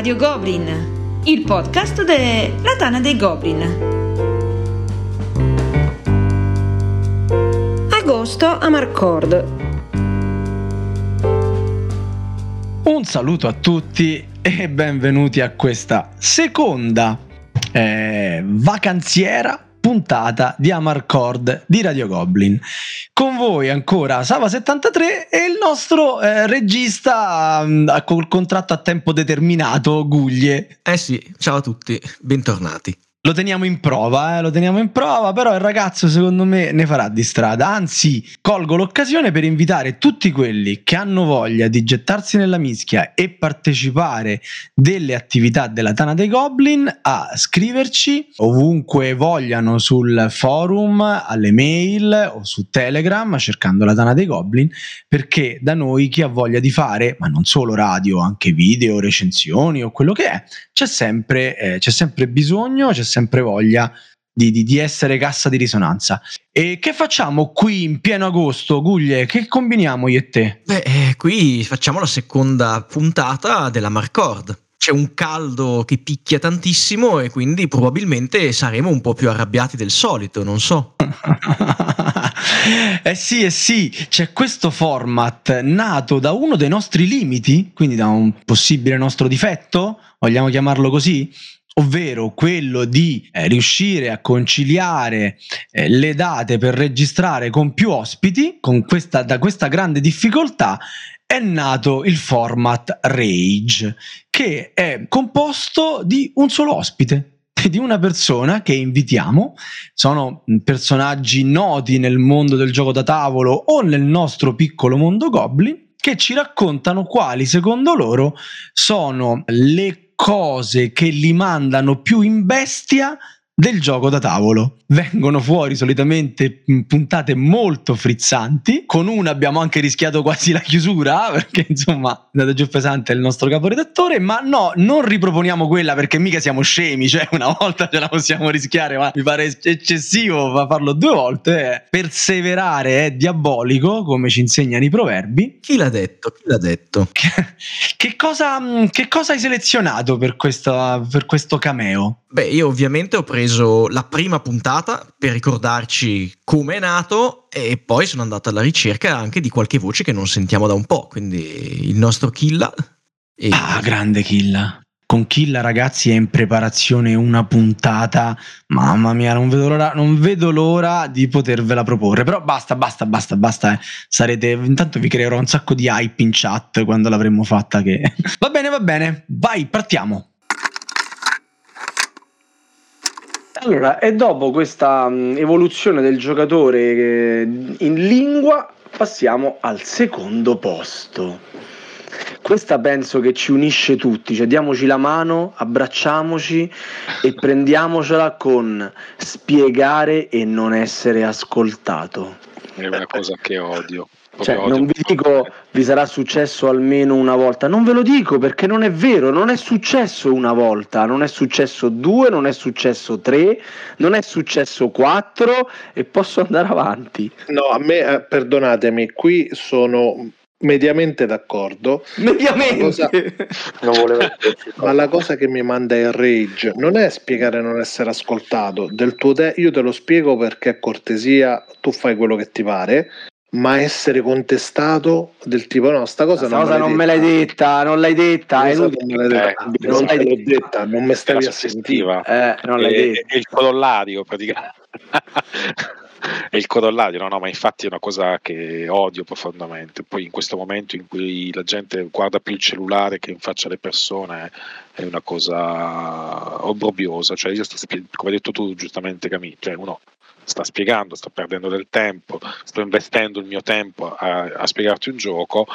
Radio Goblin, il podcast della Tana dei Goblin. Agosto a Marcord. Un saluto a tutti e benvenuti a questa seconda vacanziera puntata di Amarcord di Radio Goblin. Con voi ancora Sava73 e il nostro regista col contratto a tempo determinato, Guglie. Sì, ciao a tutti, bentornati. Lo teniamo in prova, però il ragazzo secondo me ne farà di strada. Anzi, colgo l'occasione per invitare tutti quelli che hanno voglia di gettarsi nella mischia e partecipare delle attività della Tana dei Goblin a scriverci ovunque vogliano sul forum, alle mail o su Telegram cercando la Tana dei Goblin, perché da noi chi ha voglia di fare, ma non solo radio, anche video, recensioni o quello che è, c'è sempre bisogno, c'è sempre voglia di essere cassa di risonanza. E che facciamo qui in pieno agosto, Guglie? Che combiniamo io e te? Qui facciamo la seconda puntata della Marcord. C'è un caldo che picchia tantissimo e quindi probabilmente saremo un po' più arrabbiati del solito, non so. Sì, c'è questo format nato da uno dei nostri limiti, quindi da un possibile nostro difetto, vogliamo chiamarlo così, ovvero quello di riuscire a conciliare le date per registrare con più ospiti. Da questa grande difficoltà è nato il format Rage, che è composto di un solo ospite, di una persona che invitiamo. Sono personaggi noti nel mondo del gioco da tavolo o nel nostro piccolo mondo Goblin, che ci raccontano quali secondo loro sono le cose che li mandano più in bestia del gioco da tavolo. Vengono fuori solitamente puntate molto frizzanti. Con una abbiamo anche rischiato quasi la chiusura, perché insomma è andato giù pesante il nostro caporedattore, ma no, non riproponiamo quella perché mica siamo scemi, cioè una volta ce la possiamo rischiare, ma mi pare eccessivo farlo due volte. Perseverare è diabolico, come ci insegnano i proverbi. Chi l'ha detto? Che cosa hai selezionato per questo cameo? Io ovviamente ho preso la prima puntata per ricordarci come è nato e poi sono andato alla ricerca anche di qualche voce che non sentiamo da un po', quindi il nostro Killa. Grande Killa. Con Killa, ragazzi, è in preparazione una puntata, mamma mia, non vedo l'ora di potervela proporre. Però basta. Intanto vi creerò un sacco di hype in chat quando l'avremo fatta. Va bene, vai, partiamo. Allora, e dopo questa evoluzione del giocatore in lingua, passiamo al secondo posto. Questa penso che ci unisce tutti, cioè diamoci la mano, abbracciamoci e prendiamocela con spiegare e non essere ascoltato. È una cosa che odio. Cioè, non vi dico vi sarà successo almeno una volta, non ve lo dico perché non è vero, non è successo una volta, non è successo 2, non è successo 3, non è successo 4 e posso andare avanti. No, a me, perdonatemi, qui sono mediamente d'accordo. Ma la cosa che mi manda il rage non è spiegare non essere ascoltato del tuo io te lo spiego perché è cortesia, tu fai quello che ti pare, ma essere contestato del tipo no, sta cosa non me l'hai detta, non l'hai detta, non l'hai detta, non mi stavi a sentire, non l'hai detta. È il corollario praticamente. È il corollario, no, ma infatti è una cosa che odio profondamente. Poi in questo momento in cui la gente guarda più il cellulare che in faccia alle persone è una cosa obbrobriosa. Cioè io come hai detto tu giustamente, Camille, cioè uno sta spiegando, sto perdendo del tempo, sto investendo il mio tempo a spiegarti un gioco,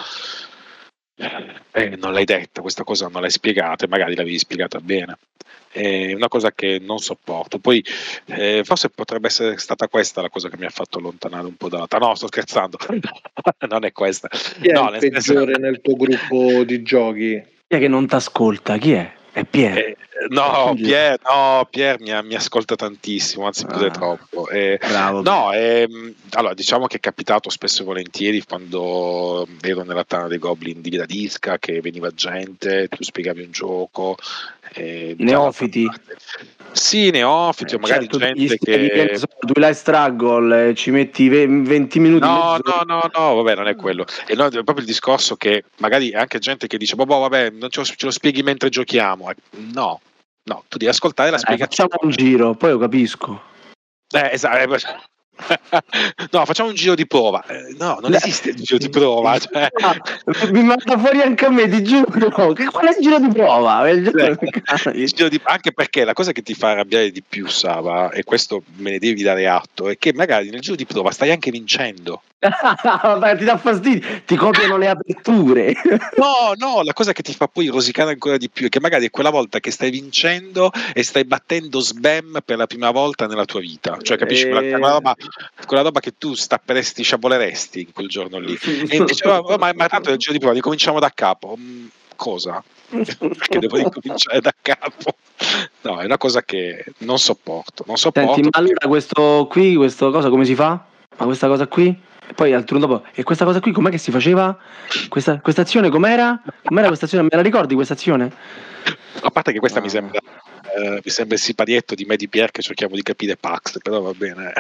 non l'hai detta questa cosa, non l'hai spiegata e magari l'avevi spiegata bene. È una cosa che non sopporto. Poi forse potrebbe essere stata questa la cosa che mi ha fatto allontanare un po' dalla... No, sto scherzando. Non è questa. Chi è il peggiore nel tuo gruppo di giochi? Chi è che non ti ascolta? Chi è? È Piero. No, Pier mi ascolta tantissimo, anzi pure troppo. Bravo. No, allora diciamo che è capitato spesso e volentieri quando ero nella Tana dei Goblin di Gradisca che veniva gente, tu spiegavi un gioco. Neofiti. Sì, neofiti, o magari certo, gente che... Twilight Struggle, ci metti 20 minuti. No, vabbè, non è quello. E no, è proprio il discorso che magari anche gente che dice, vabbè, non ce lo spieghi mentre giochiamo. No, tu devi ascoltare la spiegazione. Facciamo un giro, poi lo capisco. Esatto. No, facciamo un giro di prova. No, non esiste il giro di prova. Cioè... Mi manda fuori anche a me, ti giuro. Qual è il giro di prova? Anche perché la cosa che ti fa arrabbiare di più, Sava, e questo me ne devi dare atto, è che magari nel giro di prova stai anche vincendo. Vabbè, ti dà fastidio, ti copiano le aperture. No, la cosa che ti fa poi rosicare ancora di più è che magari è quella volta che stai vincendo e stai battendo Sbam per la prima volta nella tua vita, cioè capisci quella roba che tu stapperesti, sciaboleresti in quel giorno lì, e invece ma tanto nel giro di prova ricominciamo da capo. Cosa? Perché devo ricominciare da capo? No, è una cosa che non sopporto. Senti, ma allora questa cosa come si fa? Ma questa cosa qui? E poi al turno dopo, e questa cosa qui com'è che si faceva? Questa azione com'era? Com'era questa azione? Me la ricordi questa azione? A parte che questa mi sembra il siparietto di me di Pier che cerchiamo di capire Pax, però va bene.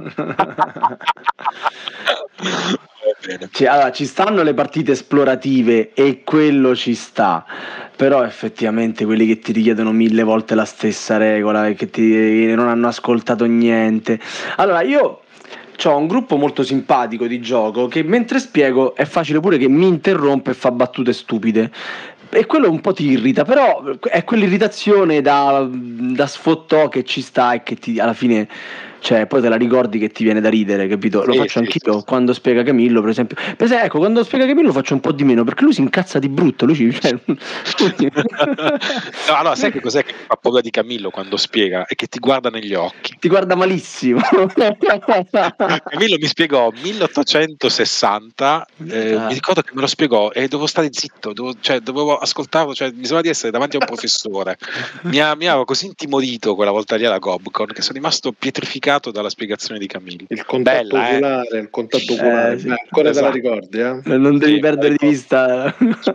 Allora, ci stanno le partite esplorative e quello ci sta, però effettivamente quelli che ti richiedono 1000 volte la stessa regola e che non hanno ascoltato niente. Allora, io ho un gruppo molto simpatico di gioco che mentre spiego è facile pure che mi interrompe e fa battute stupide. E quello un po' ti irrita, però è quell'irritazione da sfottò che ci sta e che alla fine, cioè, poi te la ricordi che ti viene da ridere, capito? Lo faccio anch'io. Sì. Quando spiega Camillo, per esempio. Ecco, quando spiega Camillo lo faccio un po' di meno, perché lui si incazza di brutto. Lui no, allora, sai che cos'è che fa paura di Camillo quando spiega? È che ti guarda negli occhi. Ti guarda malissimo. Camillo mi spiegò 1860, mi ricordo che me lo spiegò e dovevo stare zitto, dovevo ascoltarlo, cioè, mi sembrava di essere davanti a un professore. Mi aveva così intimorito quella volta lì alla Gobcon che sono rimasto pietrificato dalla spiegazione di Camillo. Il contatto oculare, il contatto oculare. Sì. Ancora esatto. Te la ricordi? Non devi perdere di vista.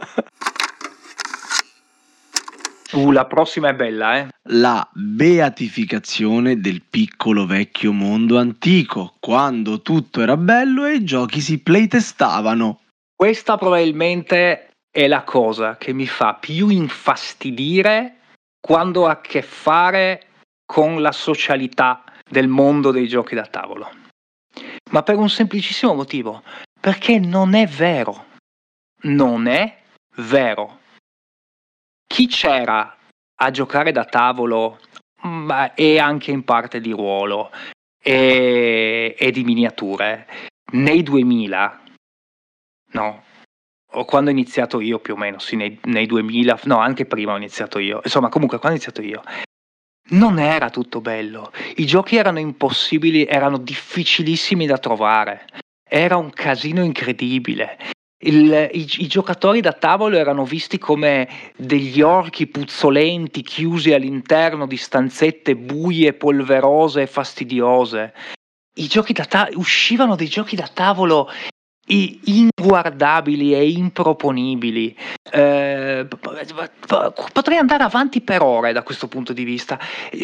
La prossima è bella, La beatificazione del piccolo vecchio mondo antico, quando tutto era bello e i giochi si playtestavano. Questa probabilmente è la cosa che mi fa più infastidire quando ho a che fare con la socialità del mondo dei giochi da tavolo. Ma per un semplicissimo motivo, perché non è vero. Non è vero. Chi c'era a giocare da tavolo e anche in parte di ruolo e di miniature nei 2000, no, o quando ho iniziato io più o meno, sì, nei 2000, no, anche prima ho iniziato io, insomma comunque quando ho iniziato io non era tutto bello, i giochi erano impossibili, erano difficilissimi da trovare, era un casino incredibile. I giocatori da tavolo erano visti come degli orchi puzzolenti chiusi all'interno di stanzette buie, polverose e fastidiose. Uscivano dei giochi da tavolo inguardabili e improponibili. Potrei andare avanti per ore da questo punto di vista.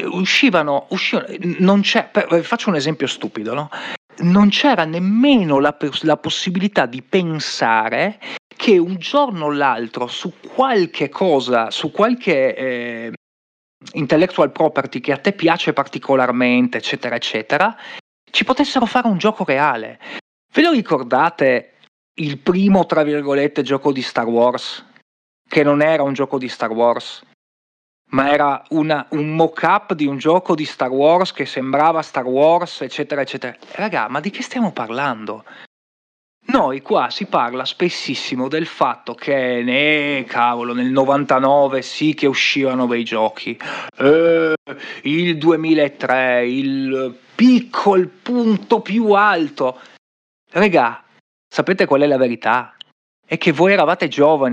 Faccio un esempio stupido, no? Non c'era nemmeno la possibilità di pensare che un giorno o l'altro su qualche cosa, su qualche intellectual property che a te piace particolarmente, eccetera, eccetera, ci potessero fare un gioco reale. Ve lo ricordate il primo, tra virgolette, gioco di Star Wars? Che non era un gioco di Star Wars, ma era un mock-up di un gioco di Star Wars che sembrava Star Wars, eccetera, eccetera. Raga, ma di che stiamo parlando? Noi qua si parla spessissimo del fatto che nel 99 sì che uscivano bei giochi, il 2003, il picco, il punto più alto. Raga, sapete qual è la verità? È che voi eravate giovani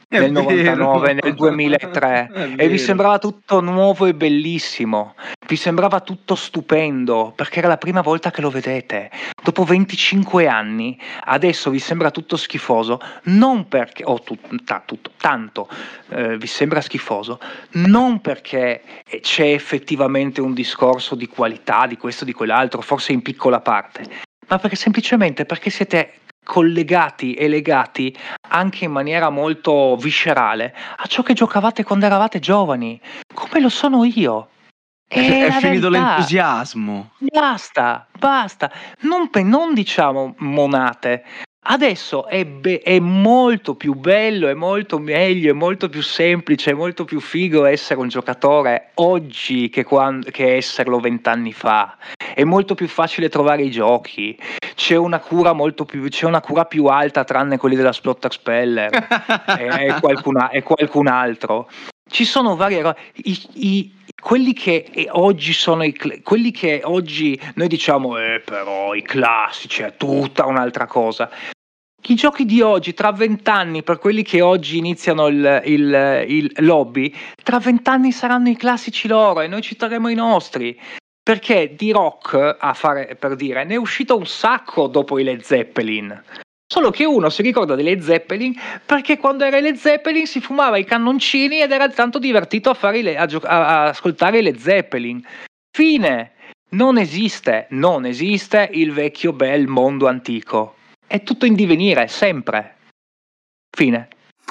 nel vero. 99, nel 2003 È e vi vero. sembrava tutto nuovo e bellissimo, vi sembrava tutto stupendo perché era la prima volta che lo vedete. Dopo 25 anni adesso vi sembra tutto schifoso, non perché tanto vi sembra schifoso, non perché c'è effettivamente un discorso di qualità di questo di quell'altro, forse in piccola parte, ma semplicemente perché siete collegati e legati anche in maniera molto viscerale a ciò che giocavate quando eravate giovani, come lo sono io. È La finito verità. l'entusiasmo. Basta, non diciamo monate. Adesso è molto più bello, è molto meglio, è molto più semplice, è molto più figo essere un giocatore oggi che esserlo 20 anni fa. È molto più facile trovare i giochi. C'è una cura più alta, tranne quelli della Splotter Speller e qualcun altro. Ci sono varie quelli che oggi sono quelli che oggi noi diciamo però i classici è tutta un'altra cosa. I giochi di oggi tra 20 anni, per quelli che oggi iniziano il lobby, tra 20 anni saranno i classici loro e noi ci terremo i nostri. Perché di rock, per dire, ne è uscito un sacco dopo i Led Zeppelin. Solo che uno si ricorda dei Led Zeppelin perché quando era i Led Zeppelin si fumava i cannoncini ed era tanto divertito a ascoltare i Led Zeppelin. Fine. Non esiste il vecchio bel mondo antico. È tutto in divenire, sempre. Fine.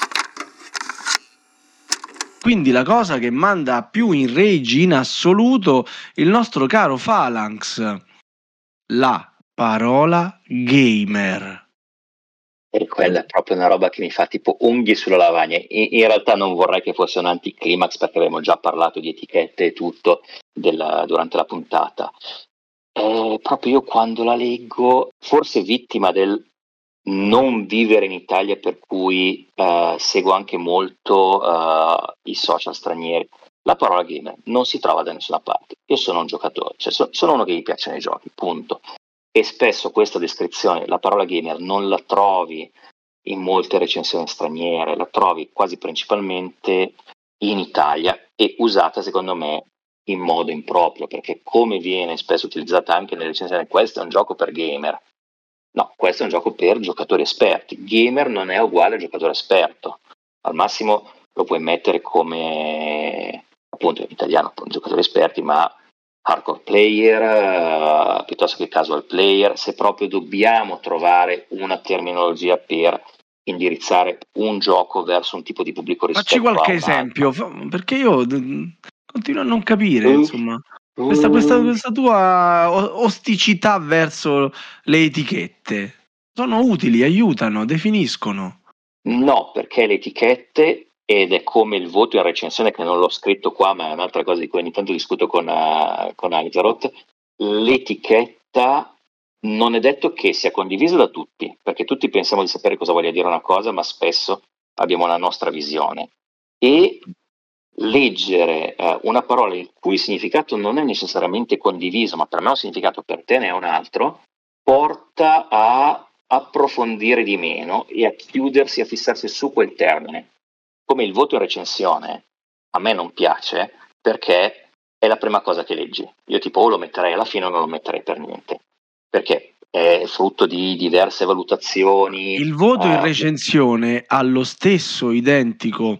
Quindi la cosa che manda più in rage in assoluto il nostro caro Phalanx, la parola gamer. E quella è proprio una roba che mi fa tipo unghie sulla lavagna. In realtà non vorrei che fosse un anticlimax perché avevamo già parlato di etichette e tutto durante la puntata. Proprio io quando la leggo, forse vittima del non vivere in Italia, per cui seguo anche molto i social stranieri, la parola gamer non si trova da nessuna parte. Io sono un giocatore, cioè sono uno che gli piacciono i giochi, punto. E spesso questa descrizione, la parola gamer, non la trovi in molte recensioni straniere, la trovi quasi principalmente in Italia e usata secondo me in modo improprio, perché come viene spesso utilizzata anche nelle recensioni, questo è un gioco per gamer. No, questo è un gioco per giocatori esperti. Gamer non è uguale a giocatore esperto. Al massimo lo puoi mettere come, appunto in italiano, giocatori esperti, ma hardcore player, piuttosto che casual player, se proprio dobbiamo trovare una terminologia per indirizzare un gioco verso un tipo di pubblico rispetto Facci qualche a un esempio, altro. perché io continuo a non capire, insomma, questa tua osticità verso le etichette. Sono utili, aiutano, definiscono. No, perché le etichette, ed è come il voto in recensione, che non l'ho scritto qua, ma è un'altra cosa di cui ogni tanto discuto con Aizarot, l'etichetta non è detto che sia condivisa da tutti, perché tutti pensiamo di sapere cosa voglia dire una cosa, ma spesso abbiamo la nostra visione. E leggere una parola il cui significato non è necessariamente condiviso, ma per me un significato, per te ne è un altro, porta a approfondire di meno e a chiudersi, a fissarsi su quel termine. Come il voto in recensione a me non piace perché è la prima cosa che leggi. Io tipo o lo metterei alla fine o non lo metterei per niente, perché è frutto di diverse valutazioni. Il voto in recensione ha lo stesso identico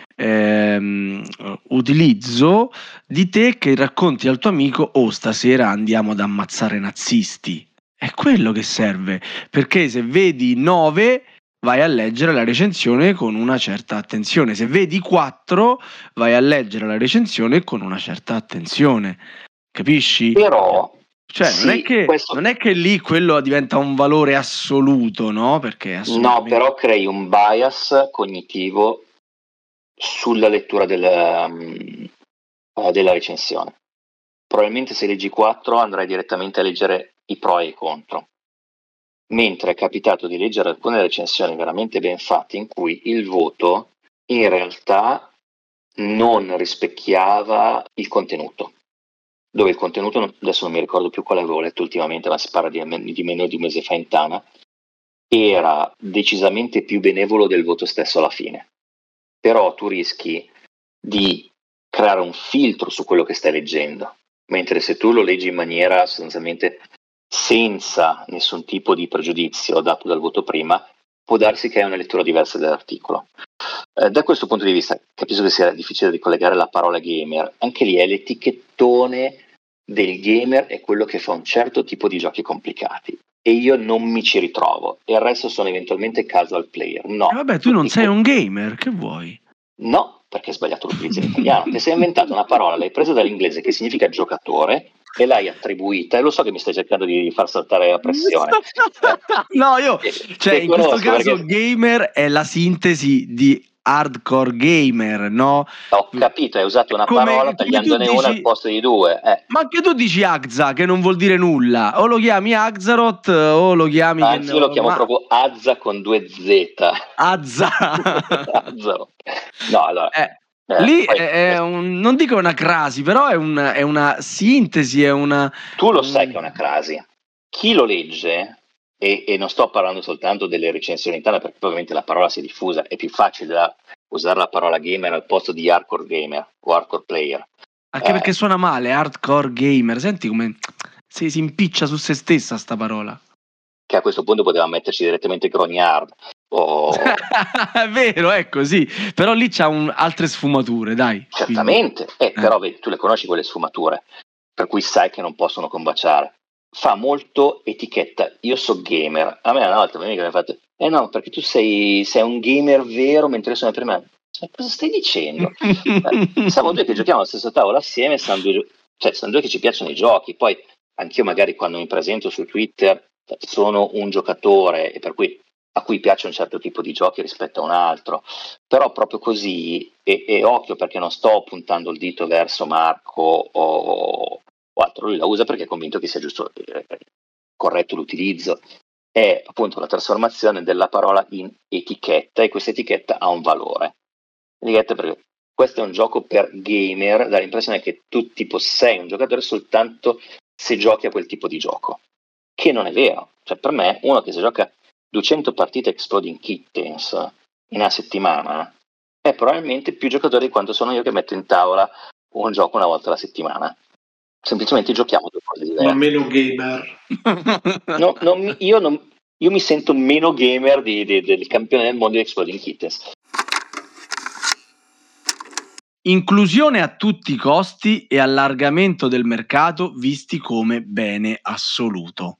utilizzo di te che racconti al tuo amico stasera andiamo ad ammazzare nazisti. È quello che serve, perché se vedi 9 vai a leggere la recensione con una certa attenzione, se vedi 4 vai a leggere la recensione con una certa attenzione, capisci? Però cioè sì, non è che lì quello diventa un valore assoluto, no? Perché no, però crei un bias cognitivo sulla lettura della recensione. Probabilmente se leggi 4 andrai direttamente a leggere i pro e i contro, mentre è capitato di leggere alcune recensioni veramente ben fatte in cui il voto in realtà non rispecchiava il contenuto, dove il contenuto, adesso non mi ricordo più quale avevo letto ultimamente, ma si parla di meno di un mese fa in Tana, era decisamente più benevolo del voto stesso alla fine. però tu rischi di creare un filtro su quello che stai leggendo, mentre se tu lo leggi in maniera sostanzialmente senza nessun tipo di pregiudizio dato dal voto prima, può darsi che hai una lettura diversa dell'articolo. Da questo punto di vista capisco che sia difficile ricollegare la parola gamer, anche lì è l'etichettone del gamer, è quello che fa un certo tipo di giochi complicati e io non mi ci ritrovo, e il resto sono eventualmente casual player. No, vabbè, tu non sei un gamer, che vuoi? No, perché hai sbagliato l'utilizzo in italiano, che sei inventato una parola, l'hai presa dall'inglese che significa giocatore e l'hai attribuita, e lo so che mi stai cercando di far saltare la pressione. No, io, cioè, in questo caso perché... gamer è la sintesi di hardcore gamer, no? Ho capito, hai usato una parola tagliandone una al posto di due. Ma anche tu dici Agza, che non vuol dire nulla, o lo chiami Agzaroth o lo chiami... Anzi, io lo chiamo proprio Azza con 2 Z. Azza. Azzaroth. No, allora... lì è non dico una crasi, però è una sintesi, è una... Tu lo sai che è una crasi. Chi lo legge, e non sto parlando soltanto delle recensioni internet, perché ovviamente la parola si è diffusa, è più facile da usare la parola gamer al posto di hardcore gamer o hardcore player. Anche perché suona male, hardcore gamer, senti come si impiccia su se stessa sta parola. Che a questo punto poteva metterci direttamente Grognard. È vero, ecco, sì, però lì c'ha altre sfumature, dai. Certamente, però vedi, tu le conosci quelle sfumature, per cui sai che non possono combaciare. Fa molto etichetta, io so gamer. A me una volta mi ha fatto, no, perché tu sei un gamer vero, mentre io sono per me. Cosa stai dicendo? Siamo due che giochiamo allo stesso tavolo assieme, siamo due che ci piacciono i giochi. Poi anch'io magari quando mi presento su Twitter sono un giocatore, e per cui a cui piace un certo tipo di giochi rispetto a un altro, però proprio così, e occhio perché non sto puntando il dito verso Marco o altro, lui la usa perché è convinto che sia giusto, corretto l'utilizzo, è appunto la trasformazione della parola in etichetta, e questa etichetta ha un valore. Etichetta perché questo è un gioco per gamer, dà l'impressione che tu tipo sei un giocatore soltanto se giochi a quel tipo di gioco, che non è vero. Cioè per me uno che si gioca 200 partite Exploding Kittens in una settimana è probabilmente più giocatore di quanto sono io che metto in tavola un gioco una volta alla settimana. Semplicemente giochiamo due cose diverse. Ma meno gamer. Io mi sento meno gamer del campione del mondo di Exploding Kittens. Inclusione a tutti i costi e allargamento del mercato visti come bene assoluto.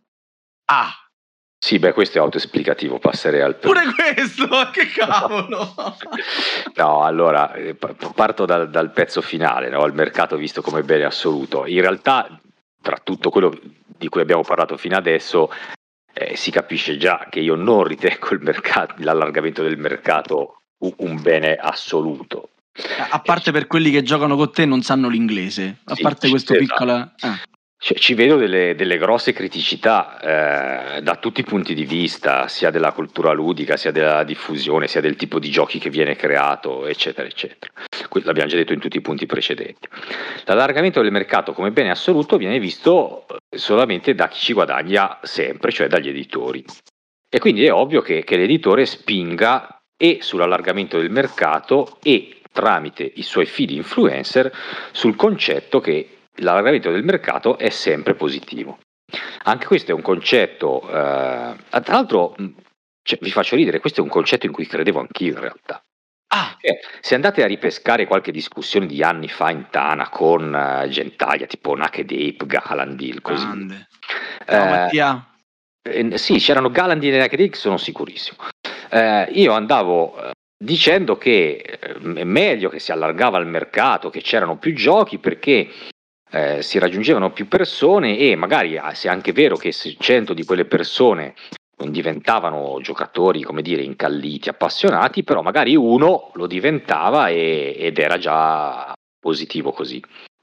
Sì, beh, questo è autoesplicativo, passerei al primo. Pure questo, che cavolo! No, allora, parto dal pezzo finale, no? Il mercato visto come bene assoluto. In realtà, tra tutto quello di cui abbiamo parlato fino adesso, si capisce già che io non ritengo l'allargamento del mercato un bene assoluto. A parte per quelli che giocano con te non sanno l'inglese, a parte questo piccolo... Ci vedo delle grosse criticità da tutti i punti di vista, sia della cultura ludica, sia della diffusione, sia del tipo di giochi che viene creato, eccetera, eccetera. L'abbiamo già detto in tutti i punti precedenti. L'allargamento del mercato come bene assoluto viene visto solamente da chi ci guadagna sempre, cioè dagli editori. E quindi è ovvio che l'editore spinga e sull'allargamento del mercato e tramite i suoi feed influencer sul concetto che l'allargamento del mercato è sempre positivo. Anche questo è un concetto, tra l'altro, vi faccio ridere, questo è un concetto in cui credevo anch'io in realtà. Se andate a ripescare qualche discussione di anni fa in Tana con gentaglia tipo Naked Ape, Galandil, così. Mattia. Sì, c'erano Galandil e Naked Ape, sono sicurissimo. Io andavo dicendo che è meglio che si allargava il mercato, che c'erano più giochi perché si raggiungevano più persone, e magari se è anche vero che 100 di quelle persone non diventavano giocatori, come dire, incalliti, appassionati, però magari uno lo diventava ed era già positivo così.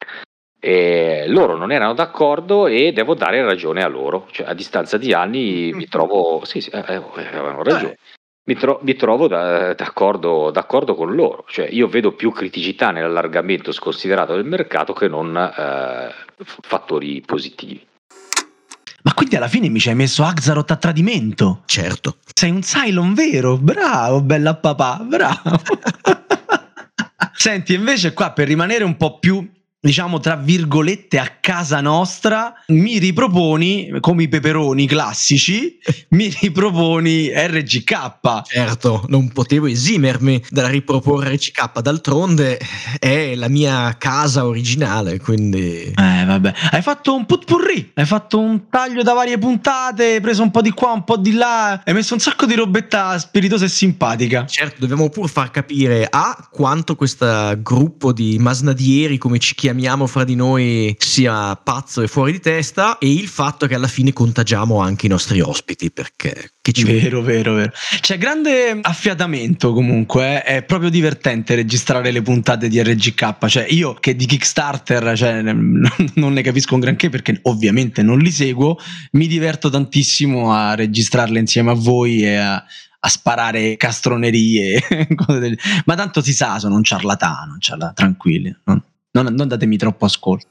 E loro non erano d'accordo e devo dare ragione a loro, cioè a distanza di anni mi trovo, avevano ragione. Mi trovo d'accordo con loro, cioè io vedo più criticità nell'allargamento sconsiderato del mercato che non fattori positivi. Ma quindi alla fine mi ci hai messo Axaroth a tradimento? Certo. Sei un Cylon vero, bravo, bella papà, bravo. Senti, invece qua per rimanere un po' più, diciamo tra virgolette, a casa nostra, mi riproponi, come i peperoni classici, mi riproponi RGK. Certo, non potevo esimermi dal riproporre RGK, d'altronde è la mia casa originale, quindi... Vabbè, hai fatto un potpourri, hai fatto un taglio da varie puntate, hai preso un po' di qua, un po' di là, hai messo un sacco di robetta spiritosa e simpatica. Certo, dobbiamo pur far capire quanto questo gruppo di masnadieri, come ci chiamiamo fra di noi, sia pazzo e fuori di testa, e il fatto che alla fine contagiamo anche i nostri ospiti, perché che ci vero. C'è grande affiatamento comunque, è proprio divertente registrare le puntate di RGK, cioè io che di Kickstarter non ne capisco un granché perché ovviamente non li seguo, mi diverto tantissimo a registrarle insieme a voi e a sparare castronerie ma tanto si sa, sono un ciarlatano, tranquilli, non datemi troppo ascolto.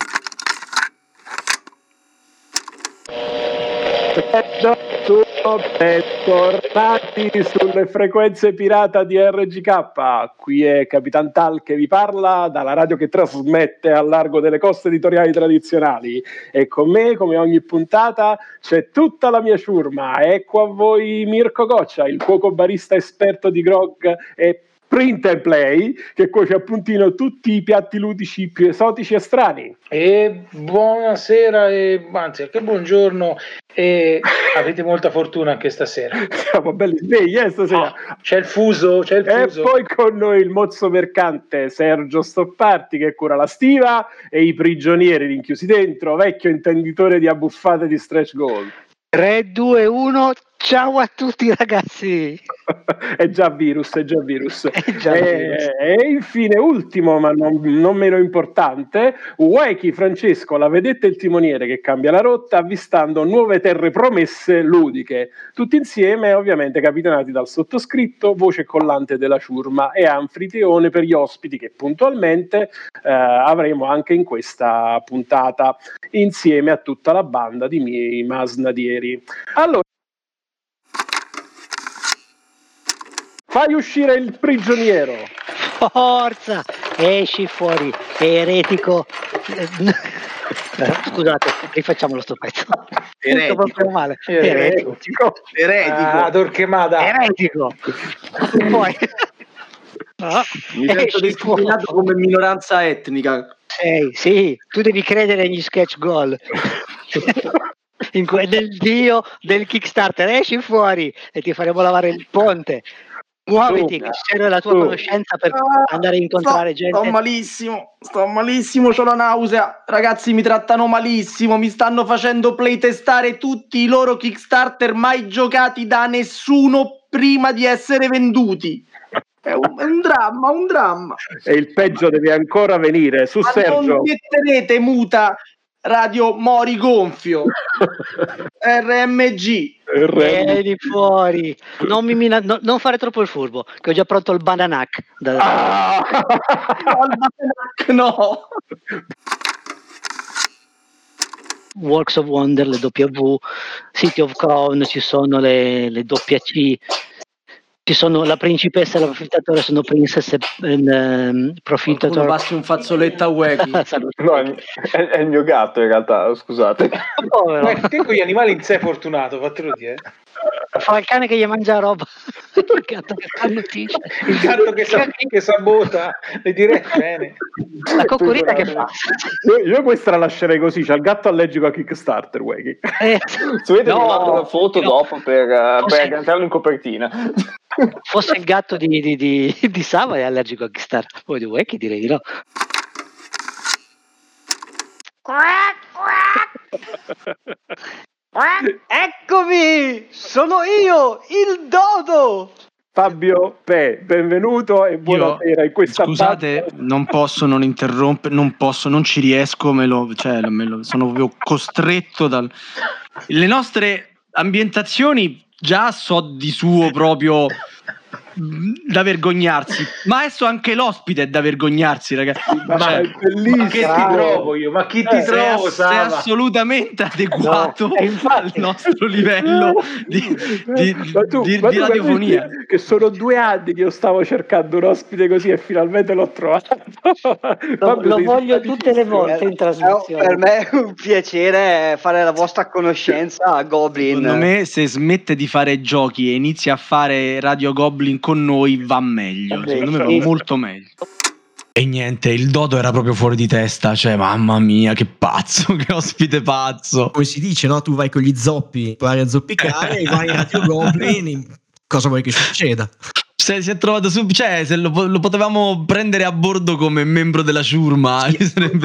Bentornati sulle frequenze pirata di RGK. Qui è Capitan Tal che vi parla dalla radio che trasmette al largo delle coste editoriali tradizionali, e con me, come ogni puntata, c'è tutta la mia ciurma. Ecco a voi Mirko Goccia, il cuoco barista esperto di grog e print and play, che cuoce a puntino tutti i piatti ludici più esotici e strani. E buonasera, anzi anche buongiorno, e avete molta fortuna anche stasera. Siamo belli svegli stasera. C'è il fuso. E poi con noi il mozzo mercante Sergio Stopparti, che cura la stiva e i prigionieri rinchiusi dentro, vecchio intenditore di abbuffate di stretch goal. 3, 2, 1, ciao a tutti ragazzi. È già virus. E infine, ultimo ma non meno importante, Wakey Francesco, la vedetta e il timoniere che cambia la rotta avvistando nuove terre promesse ludiche, tutti insieme ovviamente capitanati dal sottoscritto, voce collante della ciurma e anfitrione per gli ospiti che puntualmente avremo anche in questa puntata, insieme a tutta la banda di miei masnadieri. Allora, fai uscire il prigioniero. Forza, esci fuori, eretico. Scusate, rifacciamolo sto pezzo. Eretico. Male. Eretico. Torquemada. Eretico. Poi mi sento discriminato come minoranza etnica. Sì, tu devi credere negli sketch goal. Nel dio del Kickstarter, esci fuori e ti faremo lavare il ponte. Muoviti, che ci serve la tua conoscenza per andare a incontrare gente. Sto malissimo, c'ho la nausea. Ragazzi, mi trattano malissimo, mi stanno facendo playtestare tutti i loro Kickstarter mai giocati da nessuno prima di essere venduti. È un dramma. E il peggio deve ancora venire. Su Ma Sergio, non metterete muta Radio Mori Gonfio. RMG. Vieni fuori, non fare troppo il furbo, che ho già pronto il bananac. No. Works of Wonder, le W, City of Crown, ci sono le WC, ci sono la principessa e l'approfittatore, sono Princess e Profitator. Passi un fazzoletto a Wacky. No, è il mio gatto in realtà, scusate. Te con gli animali in sé fortunato, fatelo dire. Fa il cane che gli mangia roba. Il gatto che fa notizie. Il gatto che sabota, le direi bene. La coccorita che fa. Io questa la lascerei così, c'ha il gatto allergico a Kickstarter, Wakey. Se vedete, vi mando una foto dopo per agganciarlo in copertina. Fosse il gatto di Sava è allergico a Kickstarter, poi di Wakey direi di no. Eccomi, sono io, il Dodo. Fabio Pe, benvenuto e buonasera in questa scusate, non posso non interrompere, non ci riesco, sono proprio costretto le nostre ambientazioni già so di suo proprio da vergognarsi, ma adesso anche l'ospite è da vergognarsi, ragazzi. Ma è bellissimo. Ma che ti trovo io? Ma chi ti trovo? Sei assolutamente adeguato al nostro livello di radiofonia. Che sono 2 anni che io stavo cercando un ospite così e finalmente l'ho trovato. Lo voglio tutte le volte in trasmissione. Per me è un piacere fare la vostra conoscenza a Goblin. Secondo me, se smette di fare giochi e inizia a fare Radio Goblin con noi, va meglio. Secondo me va molto meglio. E niente, il Dodo era proprio fuori di testa, cioè mamma mia che pazzo, che ospite pazzo. Come si dice, no? Tu vai con gli zoppi, vai a zoppicare e vai a Radio Goblin, cosa vuoi che succeda? Si è trovato cioè se lo potevamo prendere a bordo come membro della ciurma, sarebbe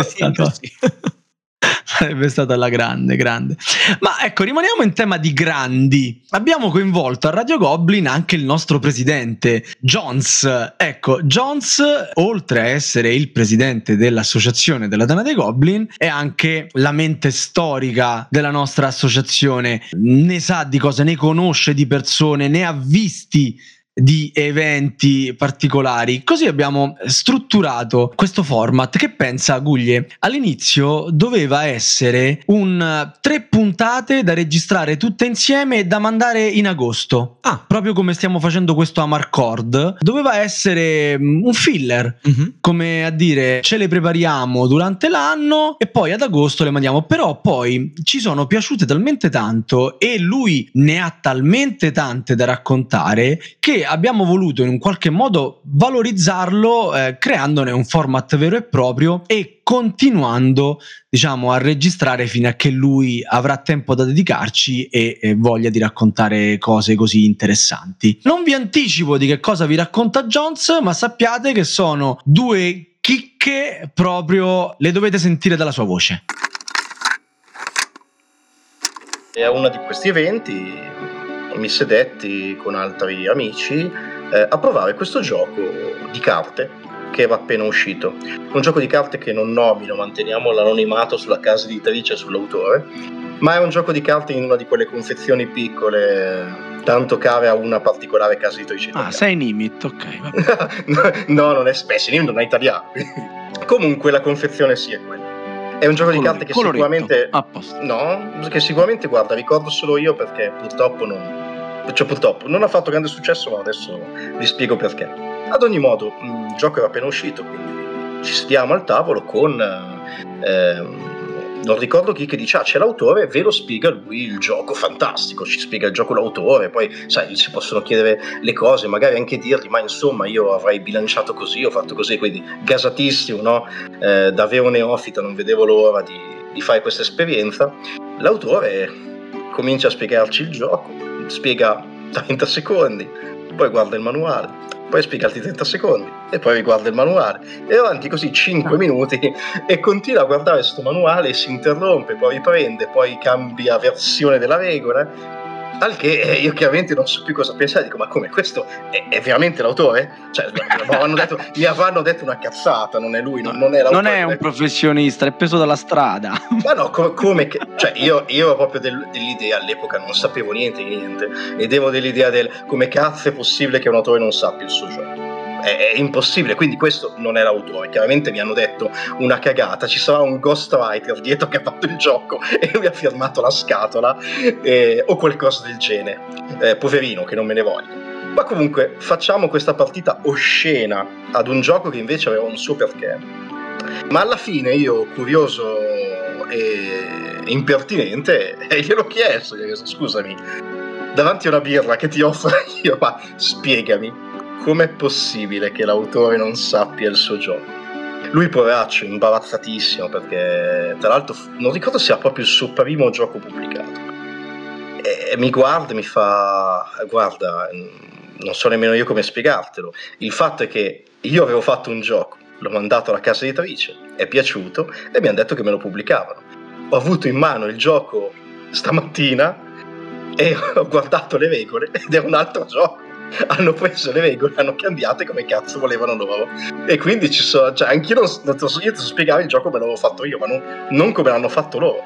stata alla grande. Ma ecco, rimaniamo in tema di grandi. Abbiamo coinvolto a Radio Goblin anche il nostro presidente Jones. Ecco, Jones, oltre a essere il presidente dell'associazione della Tana dei Goblin, è anche la mente storica della nostra associazione. Ne sa di cosa, ne conosce di persone, ne ha visti di eventi particolari. Così abbiamo strutturato questo format che, pensa Guglie, all'inizio doveva essere 3 puntate da registrare tutte insieme e da mandare in agosto, proprio come stiamo facendo questo Amarcord. Doveva essere un filler, come a dire ce le prepariamo durante l'anno e poi ad agosto le mandiamo. Però poi ci sono piaciute talmente tanto e lui ne ha talmente tante da raccontare che abbiamo voluto in un qualche modo valorizzarlo, creandone un format vero e proprio e continuando, diciamo, a registrare fino a che lui avrà tempo da dedicarci e voglia di raccontare cose così interessanti. Non vi anticipo di che cosa vi racconta Jones, ma sappiate che sono 2 chicche, proprio le dovete sentire dalla sua voce. E a uno di questi eventi mi sedetti con altri amici a provare questo gioco di carte che era appena uscito. Un gioco di carte che non nomino, manteniamo l'anonimato sulla casa editrice e sull'autore, ma è un gioco di carte in una di quelle confezioni piccole tanto care a una particolare casa editrice italiana. Sei Nimit, ok. No, non è Nimit, non è italiano. Comunque la confezione sì è quella. È un gioco di carte che sicuramente che sicuramente, guarda, ricordo solo io perché purtroppo non ha fatto grande successo, ma adesso vi spiego perché. Ad ogni modo, il gioco era appena uscito, quindi ci sediamo al tavolo con non ricordo chi, che dice c'è l'autore, ve lo spiega lui il gioco, fantastico, ci spiega il gioco l'autore, poi sai, si possono chiedere le cose, magari anche dirgli ma insomma io avrei bilanciato così, ho fatto così, quindi gasatissimo, no? Da vero neofita non vedevo l'ora di fare questa esperienza. L'autore comincia a spiegarci il gioco, spiega 30 secondi, poi guarda il manuale, poi spiega altri 30 secondi e poi riguarda il manuale e avanti così 5 minuti e continua a guardare questo manuale e si interrompe, poi riprende, poi cambia versione della regola, al che io chiaramente non so più cosa pensare, dico ma come, questo è veramente l'autore? Cioè mi avranno detto una cazzata, non è lui, non è l'autore. Non è un professionista, è preso dalla strada. Ma no, come che, cioè io ero proprio dell'idea, all'epoca non sapevo niente ed ero dell'idea del come cazzo è possibile che un autore non sappia il suo gioco. È impossibile, quindi questo non è l'autore. Chiaramente mi hanno detto una cagata, ci sarà un ghostwriter dietro che ha fatto il gioco e lui ha firmato la scatola o qualcosa del genere, poverino, che non me ne voglio. Ma comunque facciamo questa partita oscena ad un gioco che invece aveva un suo perché, ma alla fine io, curioso e impertinente, gliel'ho chiesto, scusami, davanti a una birra che ti offro io, ma spiegami com'è possibile che l'autore non sappia il suo gioco. Lui, poveraccio, imbarazzatissimo, perché tra l'altro non ricordo se era proprio il suo primo gioco pubblicato, e mi guarda e mi fa guarda, non so nemmeno io come spiegartelo, il fatto è che io avevo fatto un gioco, l'ho mandato alla casa editrice, è piaciuto e mi hanno detto che me lo pubblicavano. Ho avuto in mano il gioco stamattina e ho guardato le regole ed è un altro gioco. Hanno preso le regole, hanno cambiate come cazzo volevano loro, e quindi ci sono, cioè anch'io io ti so spiegare il gioco come l'avevo fatto io, ma non come l'hanno fatto loro.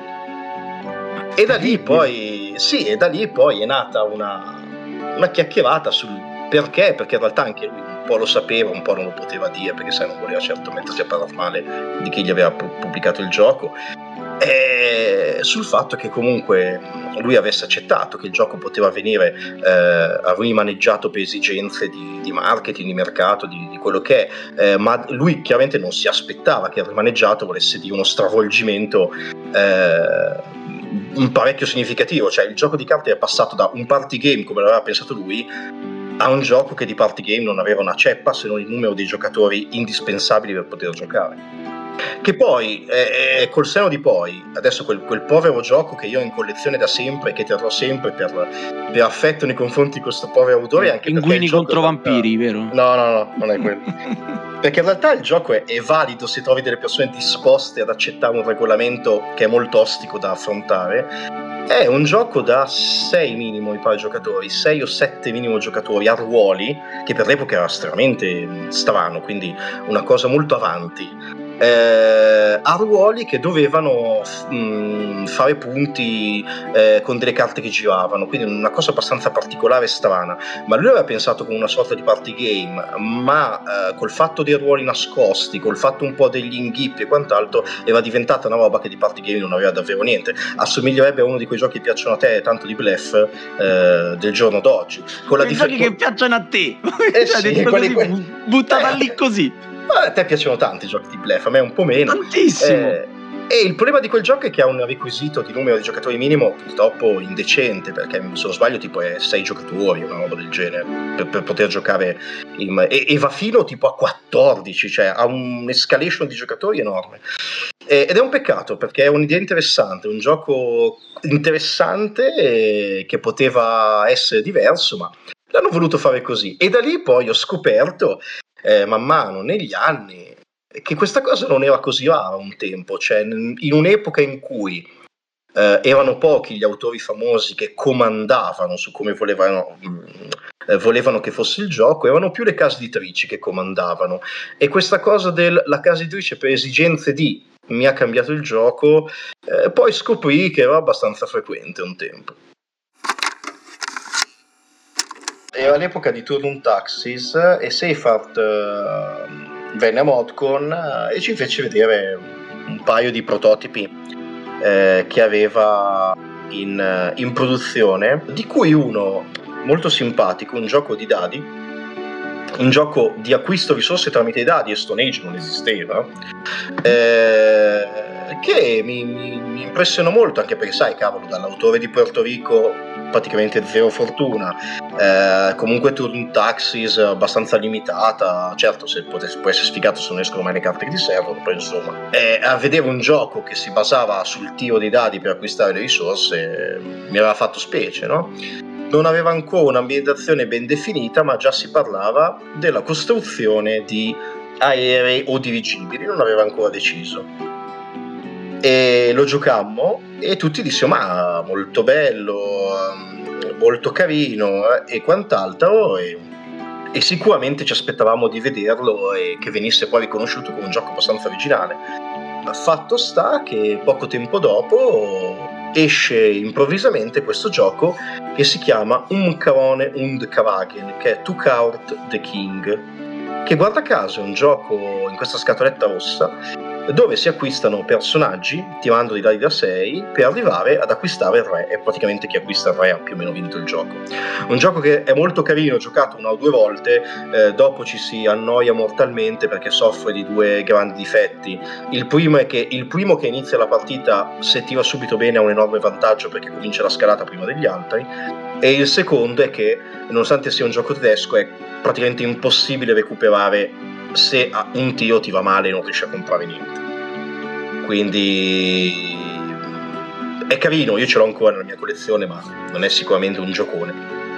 E da lì poi è nata una chiacchierata sul Perché? Perché in realtà anche lui un po' lo sapeva, un po' non lo poteva dire, perché sai, non voleva certo mettersi a parlare male di chi gli aveva pubblicato il gioco. Sul fatto che comunque lui avesse accettato che il gioco poteva venire rimaneggiato per esigenze di marketing, di mercato, di quello che è, ma lui chiaramente non si aspettava che il rimaneggiato volesse dire uno stravolgimento un parecchio significativo. Cioè il gioco di carte è passato da un party game come l'aveva pensato lui a un gioco che di party game non aveva una ceppa se non il numero di giocatori indispensabili per poter giocare. Che poi, col senno di poi, adesso quel povero gioco che io ho in collezione da sempre e che terrò sempre per affetto nei confronti di questo povero autore, anche Pinguini contro vampiri, vero? No, non è quello. Perché in realtà il gioco è valido se trovi delle persone disposte ad accettare un regolamento che è molto ostico da affrontare. È un gioco da 6 minimo, mi pare, giocatori, 6 o 7 minimo giocatori a ruoli, che per l'epoca era estremamente strano, quindi una cosa molto avanti. A ruoli che dovevano fare punti con delle carte che giravano, quindi una cosa abbastanza particolare e strana. Ma lui aveva pensato come una sorta di party game, ma col fatto dei ruoli nascosti, col fatto un po' degli inghippi e quant'altro, era diventata una roba che di party game non aveva davvero niente. Assomiglierebbe a uno di quei giochi che piacciono a te, tanto di bluff, del giorno d'oggi, con la giochi che piacciono a te, sì, buttata lì così. A te piacciono tanti i giochi di bluff, a me un po' meno. Tantissimo. E il problema di quel gioco è che ha un requisito di numero di giocatori minimo purtroppo indecente, perché se non sbaglio tipo è 6 giocatori, una roba del genere, per poter giocare e va fino tipo a 14, cioè ha un'escalation di giocatori enorme. Ed è un peccato, perché è un'idea interessante, un gioco interessante che poteva essere diverso, ma l'hanno voluto fare così. E da lì poi ho scoperto man mano negli anni che questa cosa non era così rara un tempo, cioè in un'epoca in cui erano pochi gli autori famosi che comandavano su come volevano che fosse il gioco, erano più le case editrici che comandavano, e questa cosa la casa editrice per esigenze mi ha cambiato il gioco, poi scoprì che era abbastanza frequente un tempo. Era l'epoca di Turn Taxis e Seyfarth venne a Modcon e ci fece vedere un paio di prototipi che aveva in produzione, di cui uno molto simpatico, un gioco di dadi, un gioco di acquisto risorse tramite i dadi, e Stone Age non esisteva, che mi impressionò molto, anche perché sai, cavolo, dall'autore di Puerto Rico praticamente zero fortuna, comunque Turn Taxis abbastanza limitata, certo se può essere sfigato se non escono mai le carte che ti servono, però insomma a vedere un gioco che si basava sul tiro dei dadi per acquistare le risorse mi aveva fatto specie, no? Non aveva ancora un'ambientazione ben definita, ma già si parlava della costruzione di aerei o dirigibili, non aveva ancora deciso. E lo giocammo e tutti dissero ma molto bello, molto carino e quant'altro, e sicuramente ci aspettavamo di vederlo e che venisse poi riconosciuto come un gioco abbastanza originale. Fatto sta che poco tempo dopo esce improvvisamente questo gioco che si chiama Krone und Kragen, che è To Court the King, che guarda caso è un gioco in questa scatoletta rossa dove si acquistano personaggi tirando dei dadi da 6 per arrivare ad acquistare il re, e praticamente chi acquista il re ha più o meno vinto il gioco. Un gioco che è molto carino, giocato una o due volte, dopo ci si annoia mortalmente perché soffre di due grandi difetti. Il primo è che il primo che inizia la partita, se tira subito bene, ha un enorme vantaggio perché comincia la scalata prima degli altri, e il secondo è che, nonostante sia un gioco tedesco, è praticamente impossibile recuperare se un tiro ti va male e non riesci a comprare niente. Quindi è carino, io ce l'ho ancora nella mia collezione, ma non è sicuramente un giocone.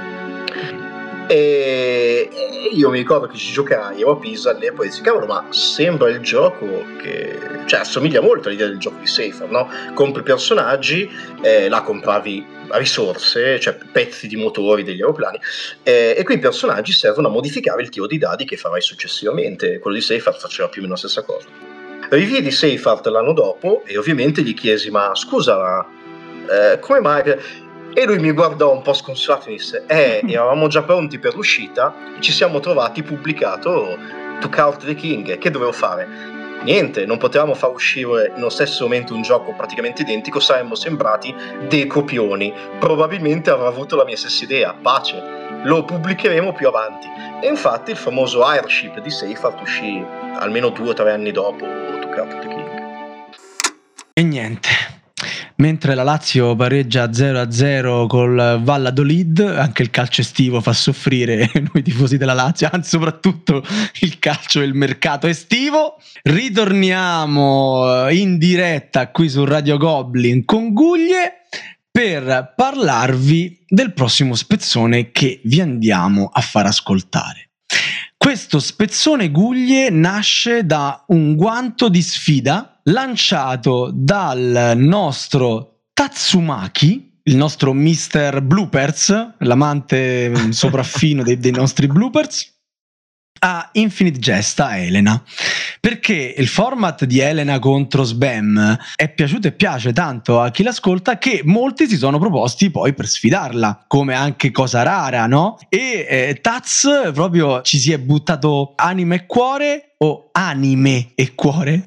E io mi ricordo che ci giocai, ero a Pisa all'epoca, e dici cavolo, ma sembra il gioco che, cioè, assomiglia molto all'idea del gioco di Seyfarth, no? Compri personaggi, là compravi risorse, cioè pezzi di motori degli aeroplani, e quei personaggi servono a modificare il tiro di dadi che farai successivamente. Quello di Seyfarth faceva più o meno la stessa cosa. Rividi Seyfarth l'anno dopo e ovviamente gli chiesi ma scusa, come mai? E lui mi guardò un po' sconsolato e disse: eravamo già pronti per l'uscita, ci siamo trovati pubblicato To Court the King, che dovevo fare? Niente, non potevamo far uscire nello stesso momento un gioco praticamente identico, saremmo sembrati dei copioni. Probabilmente avrà avuto la mia stessa idea, pace, lo pubblicheremo più avanti. E infatti il famoso Airship di Seifert uscì almeno 2 o 3 anni dopo To Court the King. E niente. Mentre la Lazio pareggia 0-0 col Valladolid, anche il calcio estivo fa soffrire noi tifosi della Lazio, anzi soprattutto il calcio e il mercato estivo. Ritorniamo in diretta qui su Radio Goblin con Guglie per parlarvi del prossimo spezzone che vi andiamo a far ascoltare. Questo spezzone, Guglie, nasce da un guanto di sfida lanciato dal nostro Tatsumaki, il nostro Mr. Bloopers, l'amante sopraffino dei nostri bloopers, a Infinite Jest, a Elena, perché il format di Elena contro Sbam è piaciuto e piace tanto a chi l'ascolta che molti si sono proposti poi per sfidarla, come anche Cosa Rara, no? E Taz proprio ci si è buttato anima e cuore, o anime e cuore?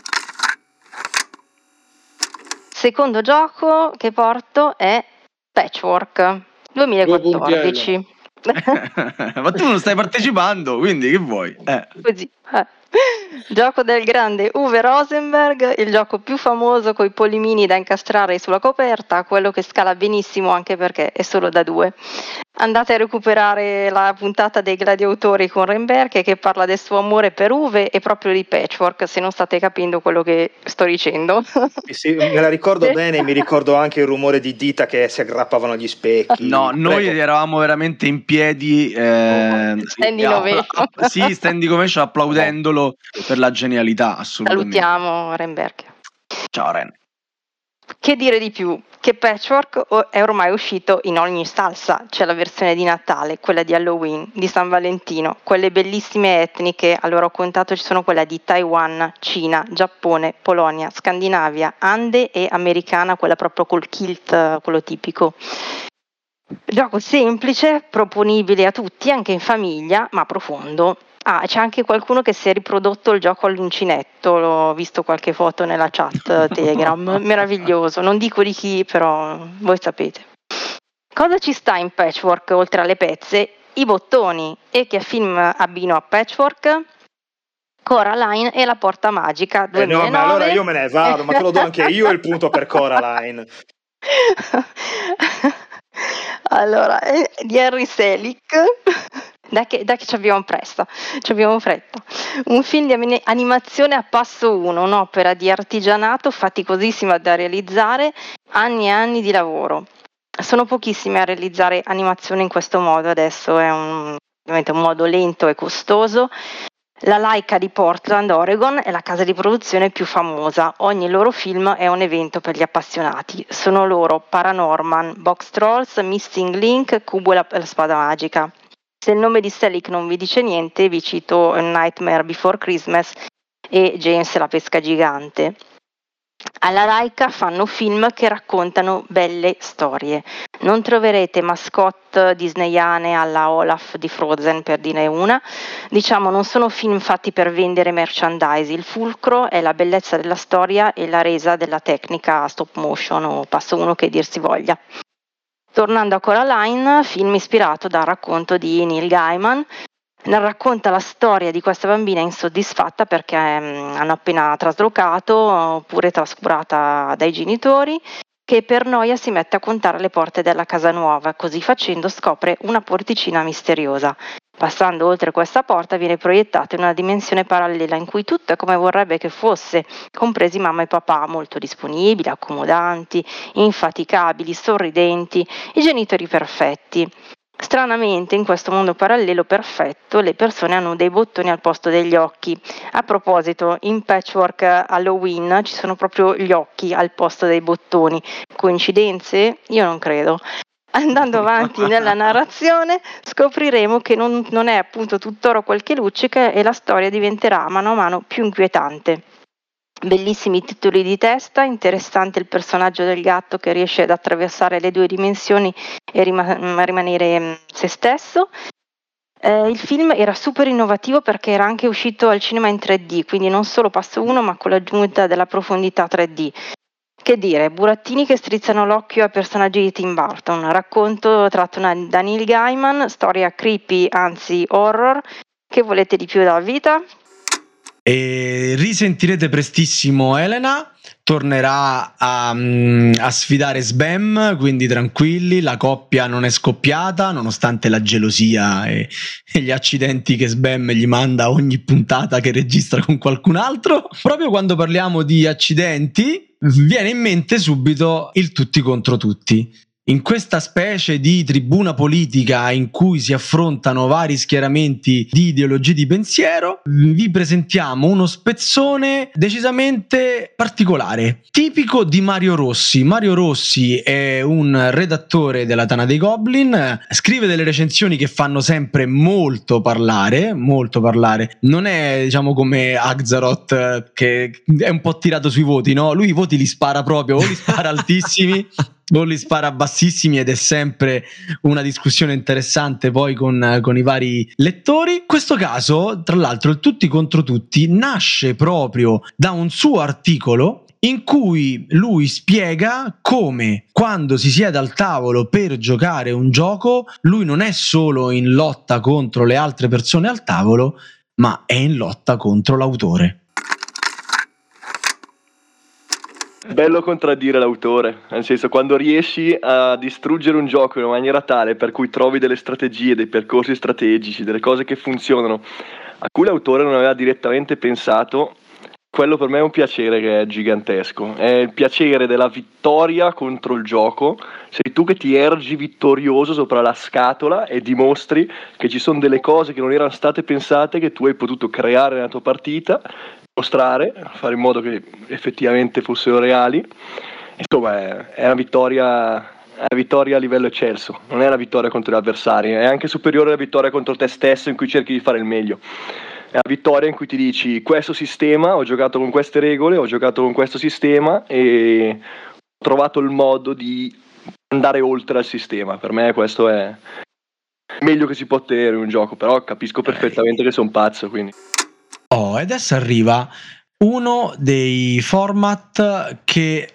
Secondo gioco che porto è Patchwork 2014. Ma tu non stai partecipando, quindi che vuoi? Così. Gioco del grande Uwe Rosenberg, il gioco più famoso coi polimini da incastrare sulla coperta, quello che scala benissimo anche perché è solo da 2. Andate a recuperare la puntata dei Gladiatori con Renberg che parla del suo amore per Uwe e proprio di Patchwork, se non state capendo quello che sto dicendo. Sì, me la ricordo bene, mi ricordo anche il rumore di dita che si aggrappavano agli specchi. No, noi eravamo veramente in piedi standing ovation. Sì, standing ovation, applaudendolo per la genialità, assolutamente. Salutiamo Renberg. Ciao Ren. Che dire di più? Che Patchwork è ormai uscito in ogni salsa. C'è la versione di Natale, quella di Halloween, di San Valentino, quelle bellissime etniche. Allora ho contato, ci sono quella di Taiwan, Cina, Giappone, Polonia, Scandinavia, Ande e americana, quella proprio col kilt, quello tipico. Gioco semplice, proponibile a tutti, anche in famiglia, ma profondo. C'è anche qualcuno che si è riprodotto il gioco all'uncinetto, l'ho visto qualche foto nella chat Telegram, meraviglioso, non dico di chi, però voi sapete. Cosa ci sta in Patchwork oltre alle pezze? I bottoni. E che film abbino a Patchwork? Coraline e la porta magica 2009. No, ma allora io me ne vado, ma te lo do anche io il punto per Coraline. Allora, di Henry Selick. Dai che ci abbiamo fretta. Un film di animazione a passo 1, un'opera di artigianato faticosissima da realizzare, anni e anni di lavoro. Sono pochissimi a realizzare animazione in questo modo adesso, è ovviamente un modo lento e costoso. La Laika di Portland, Oregon, è la casa di produzione più famosa. Ogni loro film è un evento per gli appassionati. Sono loro Paranorman, Box Trolls, Missing Link, Cubo e la spada magica. Se il nome di Selick non vi dice niente, vi cito A Nightmare Before Christmas e James e la pesca gigante. Alla Laika fanno film che raccontano belle storie. Non troverete mascotte disneyane alla Olaf di Frozen, per dire una. Diciamo, non sono film fatti per vendere merchandise. Il fulcro è la bellezza della storia e la resa della tecnica stop motion o passo 1 che dir si voglia. Tornando a Coraline, film ispirato dal racconto di Neil Gaiman, racconta la storia di questa bambina insoddisfatta perché hanno appena traslocato oppure trascurata dai genitori, che per noia si mette a contare le porte della casa nuova, così facendo scopre una porticina misteriosa. Passando oltre questa porta viene proiettata in una dimensione parallela in cui tutto è come vorrebbe che fosse, compresi mamma e papà, molto disponibili, accomodanti, infaticabili, sorridenti, i genitori perfetti. Stranamente in questo mondo parallelo perfetto le persone hanno dei bottoni al posto degli occhi. A proposito, in Patchwork Halloween ci sono proprio gli occhi al posto dei bottoni. Coincidenze? Io non credo. Andando avanti nella narrazione scopriremo che non è appunto tutt'oro quel che luccica e la storia diventerà mano a mano più inquietante. Bellissimi titoli di testa, interessante il personaggio del gatto che riesce ad attraversare le 2 dimensioni e rimanere se stesso. Il film era super innovativo perché era anche uscito al cinema in 3D, quindi non solo passo 1 ma con l'aggiunta della profondità 3D. Che dire, burattini che strizzano l'occhio a personaggi di Tim Burton, racconto tratto da Neil Gaiman, storia creepy, anzi horror. Che volete di più dalla vita? E risentirete prestissimo Elena, tornerà a sfidare Sbam, quindi tranquilli, la coppia non è scoppiata nonostante la gelosia e gli accidenti che Sbam gli manda ogni puntata che registra con qualcun altro. Proprio quando parliamo di accidenti viene in mente subito il tutti contro tutti. In questa specie di tribuna politica in cui si affrontano vari schieramenti di ideologie di pensiero, vi presentiamo uno spezzone decisamente particolare, tipico di Mario Rossi. Mario Rossi è un redattore della Tana dei Goblin, scrive delle recensioni che fanno sempre molto parlare. Non è, diciamo, come Axaroth che è un po' tirato sui voti, no? Lui i voti li spara proprio, o li spara altissimi o li spara bassissimi, ed è sempre una discussione interessante poi con i vari lettori. In questo caso, tra l'altro, il Tutti contro tutti nasce proprio da un suo articolo in cui lui spiega come quando si siede al tavolo per giocare un gioco lui non è solo in lotta contro le altre persone al tavolo, ma è in lotta contro l'autore. Bello contraddire l'autore, nel senso, quando riesci a distruggere un gioco in una maniera tale per cui trovi delle strategie, dei percorsi strategici, delle cose che funzionano, a cui l'autore non aveva direttamente pensato, quello per me è un piacere che è gigantesco. È il piacere della vittoria contro il gioco. Sei tu che ti ergi vittorioso sopra la scatola e dimostri che ci sono delle cose che non erano state pensate, che tu hai potuto creare nella tua partita, mostrare, fare in modo che effettivamente fossero reali. Insomma, è una vittoria a livello eccelso, non è una vittoria contro gli avversari, è anche superiore alla vittoria contro te stesso in cui cerchi di fare il meglio. È una vittoria in cui ti dici: questo sistema, ho giocato con queste regole, ho giocato con questo sistema e ho trovato il modo di andare oltre al sistema. Per me questo è meglio che si può ottenere in un gioco, però capisco perfettamente che sono pazzo, quindi. Oh, e adesso arriva uno dei format che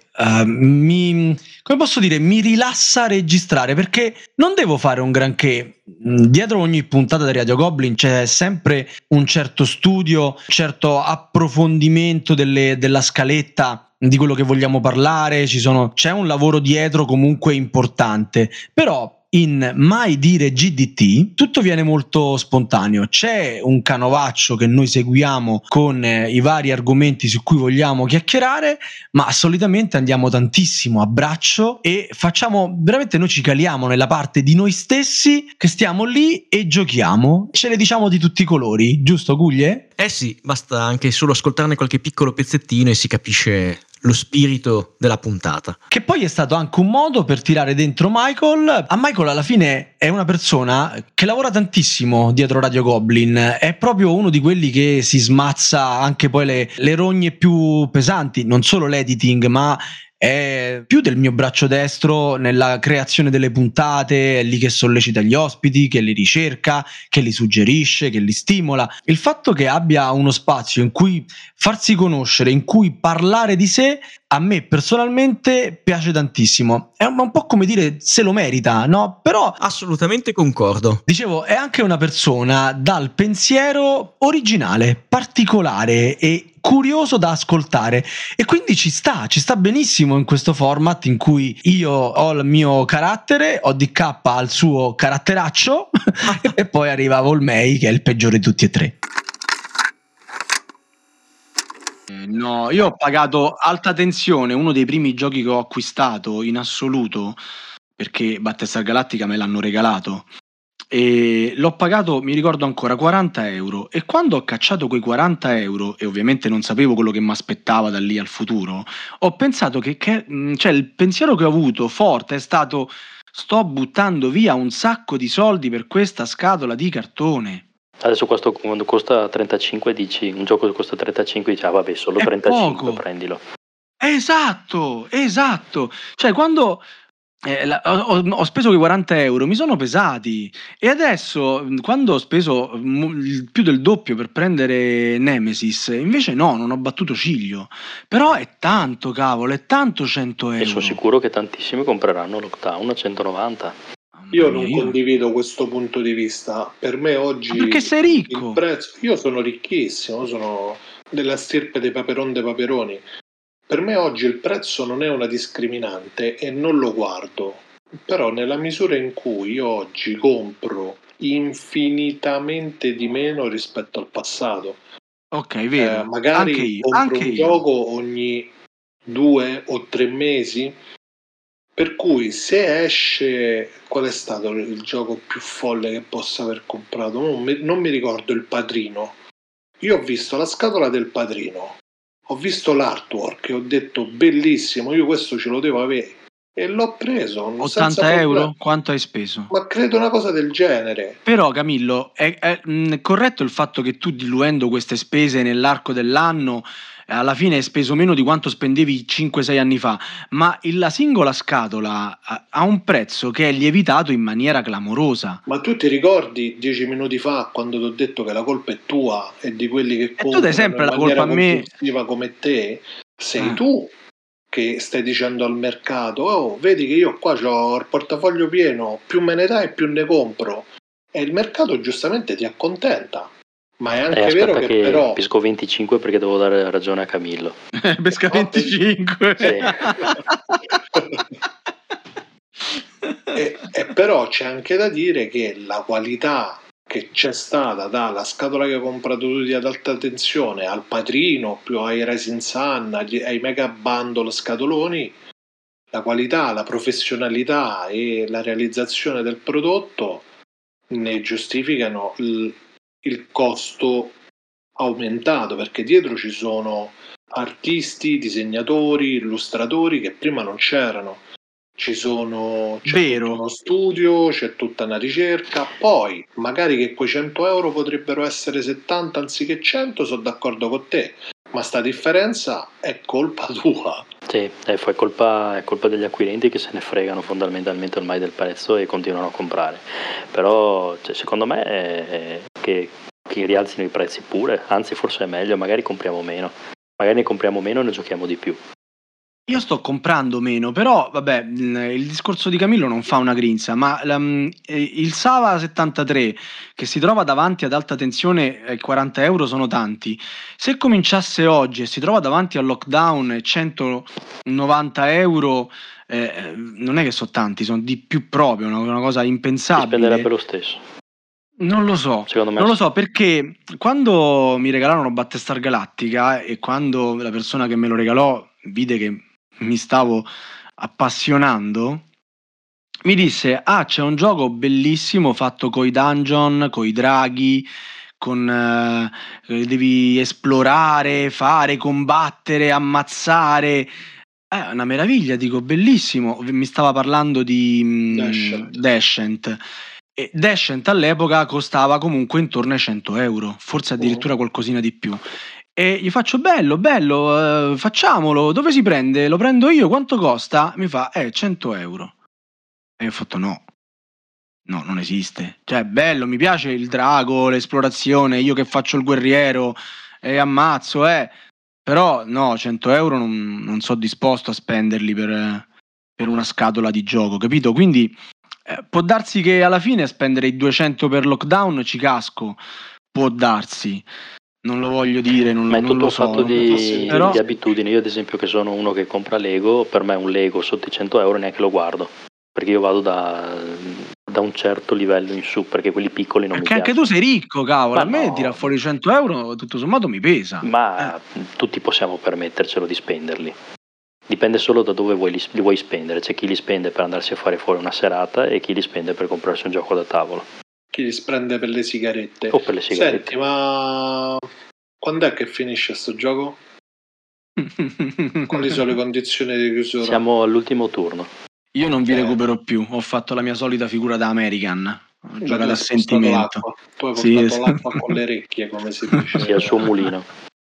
mi rilassa a registrare, perché non devo fare un granché. Dietro ogni puntata di Radio Goblin c'è sempre un certo studio, un certo approfondimento della scaletta di quello che vogliamo parlare, c'è un lavoro dietro comunque importante, però in Mai Dire GDT tutto viene molto spontaneo. C'è un canovaccio che noi seguiamo con i vari argomenti su cui vogliamo chiacchierare, ma solitamente andiamo tantissimo a braccio e facciamo veramente, noi ci caliamo nella parte di noi stessi che stiamo lì e giochiamo, ce le diciamo di tutti i colori, giusto Guglie? Eh sì, basta anche solo ascoltarne qualche piccolo pezzettino e si capisce lo spirito della puntata. Che poi è stato anche un modo per tirare dentro Michael. A Michael alla fine è una persona che lavora tantissimo dietro Radio Goblin, è proprio uno di quelli che si smazza anche poi le rogne più pesanti, non solo l'editing, ma è più del mio braccio destro nella creazione delle puntate, è lì che sollecita gli ospiti, che li ricerca, che li suggerisce, che li stimola. Il fatto che abbia uno spazio in cui farsi conoscere, in cui parlare di sé, a me personalmente piace tantissimo. È un po' come dire se lo merita, no? Però assolutamente concordo. Dicevo, è anche una persona dal pensiero originale, particolare e curioso da ascoltare, e quindi ci sta benissimo in questo format in cui io ho il mio carattere, ho DK al suo caratteraccio e poi arriva Volmei che è il peggiore di tutti e tre. No, io ho pagato alta tensione, uno dei primi giochi che ho acquistato in assoluto, perché Battlestar Galactica me l'hanno regalato e l'ho pagato, mi ricordo ancora, 40 euro, e quando ho cacciato quei 40 euro e ovviamente non sapevo quello che mi aspettava da lì al futuro, ho pensato che cioè il pensiero che ho avuto forte è stato: sto buttando via un sacco di soldi per questa scatola di cartone. Adesso questo quando costa 35 dici, un gioco che costa 35 dici, vabbè, solo È 35, poco. prendilo. Esatto. Cioè, quando ho speso quei 40 euro, mi sono pesati. E adesso, quando ho speso più del doppio per prendere Nemesis, invece no, non ho battuto ciglio. Però è tanto, cavolo, è tanto 100 E sono euro. sicuro che tantissimi compreranno Lockdown a 190. Io non condivido questo punto di vista. Per me oggi perché sei ricco? il prezzo, io sono ricchissimo, sono della stirpe dei Paperon dei Paperoni. Per me oggi il prezzo non è una discriminante e non lo guardo. Però nella misura in cui io oggi compro infinitamente di meno rispetto al passato. Ok, vero. Magari Anche io, compro anche un io. gioco ogni 2 o 3 mesi. Per cui se esce, qual è stato il gioco più folle che possa aver comprato? Non mi ricordo, il Padrino. Io ho visto la scatola del Padrino, ho visto l'artwork e ho detto bellissimo, io questo ce lo devo avere. E l'ho preso. 80 euro? Quanto hai speso? Ma credo una cosa del genere. Però Camillo, è corretto il fatto che tu diluendo queste spese nell'arco dell'anno alla fine hai speso meno di quanto spendevi 5-6 anni fa, ma la singola scatola ha un prezzo che è lievitato in maniera clamorosa. Ma tu ti ricordi 10 minuti fa quando ti ho detto che la colpa è tua e di quelli che tu dai sempre in la colpa maniera a me. compulsiva come te? Sei tu che stai dicendo al mercato: oh, vedi che io qua ho il portafoglio pieno, più me ne dai più ne compro. E il mercato giustamente ti accontenta. Ma è anche vero Aspetta che però pesco 25 perché devo dare ragione a Camillo. Pesca 25. e però c'è anche da dire che la qualità che c'è stata dalla scatola che hai comprato tu di ad alta tensione al Padrino più ai Rising Sun ai mega bundle scatoloni, la qualità, la professionalità e la realizzazione del prodotto ne giustificano il costo aumentato, perché dietro ci sono artisti, disegnatori, illustratori che prima non c'erano. C'è tutto uno studio, c'è tutta una ricerca, poi magari che quei 100 euro potrebbero essere 70 anziché 100, sono d'accordo con te, ma sta differenza è colpa tua. Sì, è colpa degli acquirenti che se ne fregano fondamentalmente ormai del prezzo e continuano a comprare. Però secondo me è che rialzino i prezzi pure, anzi forse è meglio, magari compriamo meno, magari ne compriamo meno e ne giochiamo di più. Io sto comprando meno, però vabbè, il discorso di Camillo non fa una grinza, ma il Sava 73 che si trova davanti ad alta tensione, 40 euro sono tanti. Se cominciasse oggi e si trova davanti al Lockdown 190 euro, non è che sono tanti, sono di più proprio, una cosa impensabile. Si spenderebbe lo stesso. Non lo so, Secondo me non lo sì. so, perché quando mi regalarono Battlestar Galactica e quando la persona che me lo regalò vide che mi stavo appassionando, mi disse: c'è un gioco bellissimo fatto coi dungeon, coi draghi, devi esplorare, fare, combattere, ammazzare. È una meraviglia, dico, bellissimo. Mi stava parlando di Descent. E Descent all'epoca costava comunque intorno ai 100 euro, forse addirittura qualcosina di più. E gli faccio: bello, facciamolo, dove si prende? Lo prendo io, quanto costa? Mi fa 100 euro. E io ho fatto no, non esiste. Cioè, bello, mi piace il drago, l'esplorazione, io che faccio il guerriero e ammazzo, però no, 100 euro non sono disposto a spenderli per una scatola di gioco, capito? Quindi può darsi che alla fine spendere i 200 per Lockdown ci casco, può darsi. Non lo voglio dire, non Ma è tutto lo un so. fatto di Però abitudini. Io ad esempio, che sono uno che compra Lego, per me un Lego sotto i 100 euro neanche lo guardo, perché io vado da un certo livello in su, perché quelli piccoli non mi perché piacciono. anche tu sei ricco, cavolo. Ma A me no. tira fuori 100 euro, tutto sommato mi pesa. Ma tutti possiamo permettercelo di spenderli. Dipende solo da dove li vuoi spendere. C'è chi li spende per andarsi a fare fuori una serata e chi li spende per comprarsi un gioco da tavolo. Chi li spende per le sigarette. O per le sigarette. Senti, ma quando è che finisce sto gioco? Quali sono le condizioni di chiusura? Siamo all'ultimo turno. Io non vi recupero più, ho fatto la mia solita figura da American. gioca da Tu hai spostato sentimento. l'acqua. Tu hai Sì, portato l'acqua con le orecchie, come si dice. Sì, al suo mulino.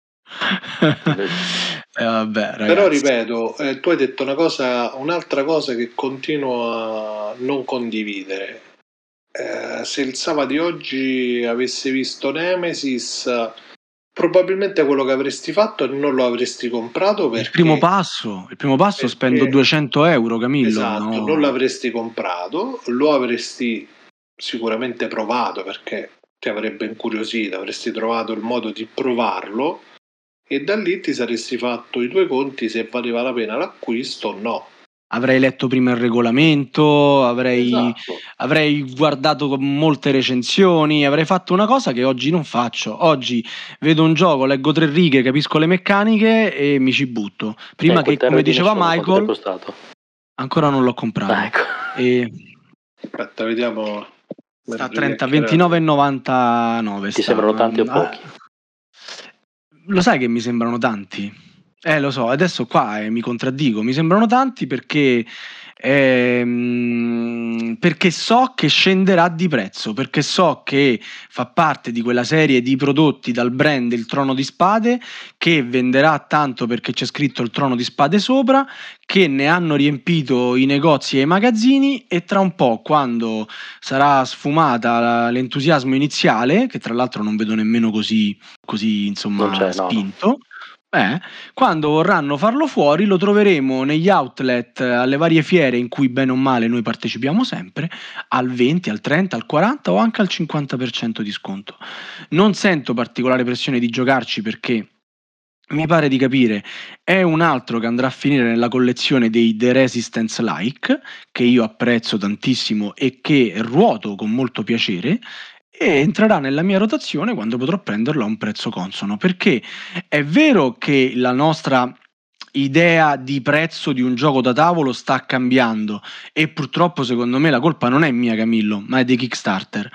Vabbè, Però ragazzi. ripeto, tu hai detto un'altra cosa che continuo a non condividere. Se il Sava di oggi avesse visto Nemesis, probabilmente quello che avresti fatto non lo avresti comprato perché Il primo passo spendo 200 euro, Camillo. esatto, No. non l'avresti comprato, lo avresti sicuramente provato perché ti avrebbe incuriosito, avresti trovato il modo di provarlo e da lì ti saresti fatto i tuoi conti se valeva la pena l'acquisto o no. Avrei letto prima il regolamento, avrei Esatto. guardato con molte recensioni, avrei fatto una cosa che oggi non faccio. Oggi vedo un gioco, leggo 3 righe, capisco le meccaniche e mi ci butto. Prima che, come diceva quanto ti è Michael, costato? ancora non l'ho comprato. E Aspetta, vediamo. sta a 29,99. Ti sembrano tanti o pochi? Lo sai che mi sembrano tanti? Lo so, adesso qua mi contraddico, mi sembrano tanti perché so che scenderà di prezzo, perché so che fa parte di quella serie di prodotti dal brand Il Trono di Spade, che venderà tanto perché c'è scritto Il Trono di Spade sopra, che ne hanno riempito i negozi e i magazzini, e tra un po', quando sarà sfumata l'entusiasmo iniziale, che tra l'altro non vedo nemmeno così insomma spinto, quando vorranno farlo fuori lo troveremo negli outlet, alle varie fiere in cui bene o male noi partecipiamo sempre, al 20, al 30, al 40 o anche al 50% di sconto. Non sento particolare pressione di giocarci perché mi pare di capire è un altro che andrà a finire nella collezione dei The Resistance Like, che io apprezzo tantissimo e che ruoto con molto piacere, e entrerà nella mia rotazione quando potrò prenderlo a un prezzo consono, perché è vero che la nostra idea di prezzo di un gioco da tavolo sta cambiando e purtroppo secondo me la colpa non è mia, Camillo, ma è dei Kickstarter.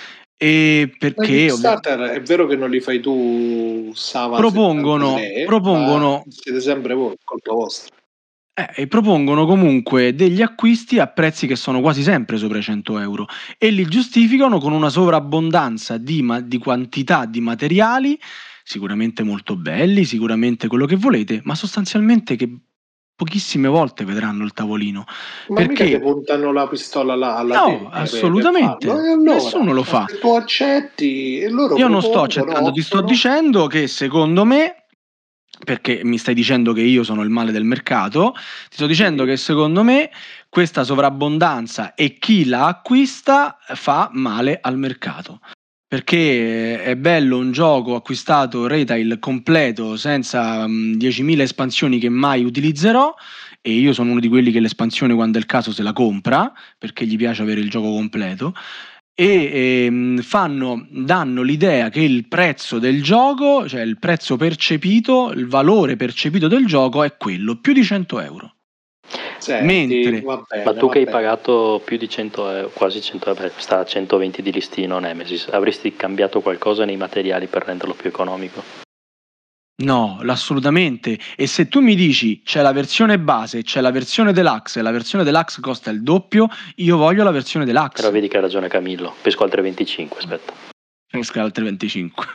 E Ma perché Kickstarter è vero che non li fai tu, Sava propongono ma siete sempre voi, colpa vostra. e propongono comunque degli acquisti a prezzi che sono quasi sempre sopra i 100 euro e li giustificano con una sovrabbondanza di quantità di materiali, sicuramente molto belli, sicuramente quello che volete, ma sostanzialmente che pochissime volte vedranno il tavolino. Ma perché mica ti puntano la pistola alla no, tempia assolutamente, per farlo. E allora, nessuno lo fa. Se tu accetti e loro Io non sto propongono, accettando, ti sto dicendo che secondo me, perché mi stai dicendo che io sono il male del mercato, ti sto dicendo che secondo me questa sovrabbondanza e chi la acquista fa male al mercato. Perché è bello un gioco acquistato retail completo senza 10.000 espansioni che mai utilizzerò, e io sono uno di quelli che l'espansione quando è il caso se la compra perché gli piace avere il gioco completo, e danno l'idea che il prezzo del gioco, cioè il prezzo percepito, il valore percepito del gioco è quello, più di 100 euro. Mentre ma tu che hai pagato più di 100 euro, quasi 100 euro, sta a 120 di listino Nemesis, avresti cambiato qualcosa nei materiali per renderlo più economico? no, assolutamente. E se tu mi dici c'è la versione base, c'è la versione deluxe e la versione deluxe costa il doppio, io voglio la versione deluxe. Però vedi che ha ragione Camillo, pesco altre 25, aspetta. Pesco altre 25.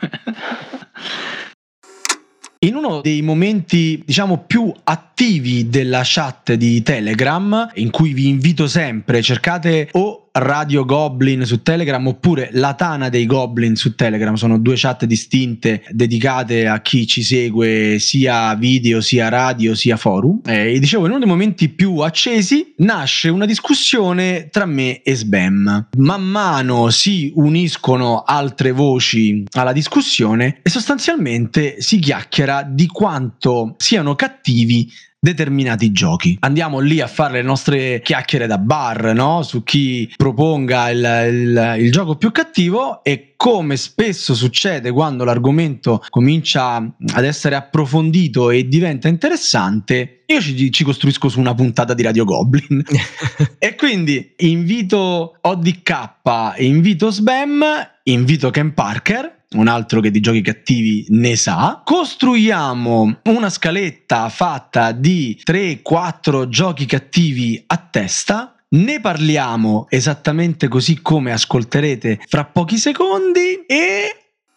In uno dei momenti, diciamo, più attivi della chat di Telegram, in cui vi invito sempre, cercate o Radio Goblin su Telegram oppure La Tana dei Goblin su Telegram, sono 2 chat distinte dedicate a chi ci segue sia video, sia radio, sia forum. E dicevo, in uno dei momenti più accesi nasce una discussione tra me e Sbam. Man mano si uniscono altre voci alla discussione e sostanzialmente si chiacchiera di quanto siano cattivi determinati giochi. Andiamo lì a fare le nostre chiacchiere da bar, no? Su chi proponga il gioco più cattivo, e come spesso succede quando l'argomento comincia ad essere approfondito e diventa interessante, io ci costruisco su una puntata di Radio Goblin. E quindi invito ODK, invito Sbam, invito Ken Parker, un altro che di giochi cattivi ne sa. Costruiamo una scaletta fatta di 3-4 giochi cattivi a testa ne parliamo esattamente così come ascolterete fra pochi secondi e...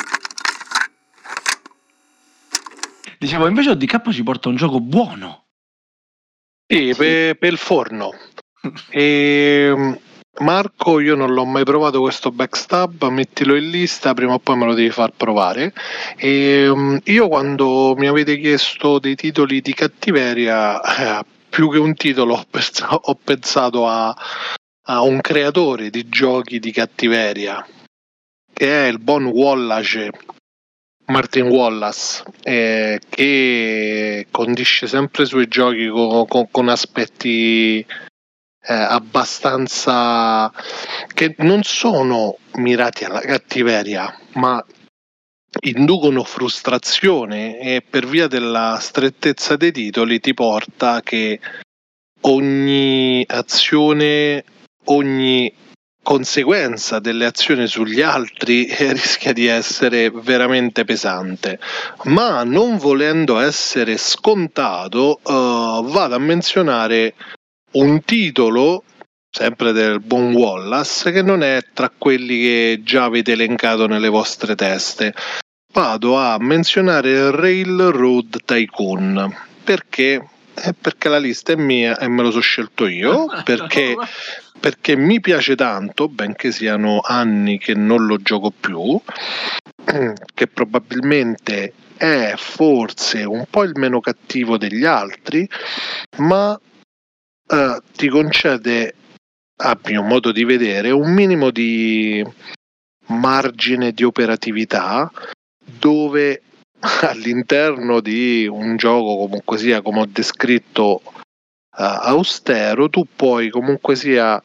Dicevo, invece ODK ci porta un gioco buono. Sì, per il forno. Marco, io non l'ho mai provato questo Backstab, mettilo in lista, prima o poi me lo devi far provare. Io quando mi avete chiesto dei titoli di cattiveria, più che un titolo ho pensato a un creatore di giochi di cattiveria, che è il buon Wallace, Martin Wallace, che condisce sempre i suoi giochi con aspetti abbastanza che non sono mirati alla cattiveria, ma inducono frustrazione, e per via della strettezza dei titoli ti porta che ogni azione, ogni conseguenza delle azioni sugli altri rischia di essere veramente pesante, ma non volendo essere scontato, vado a menzionare un titolo sempre del buon Wallace che non è tra quelli che già avete elencato nelle vostre teste. Vado a menzionare Railroad Tycoon. Perché la lista è mia e me lo so scelto io, perché mi piace tanto, benché siano anni che non lo gioco più, che probabilmente è forse un po' il meno cattivo degli altri, ma ti concede, a mio modo di vedere, un minimo di margine di operatività, dove all'interno di un gioco comunque sia, come ho descritto, austero, tu puoi comunque sia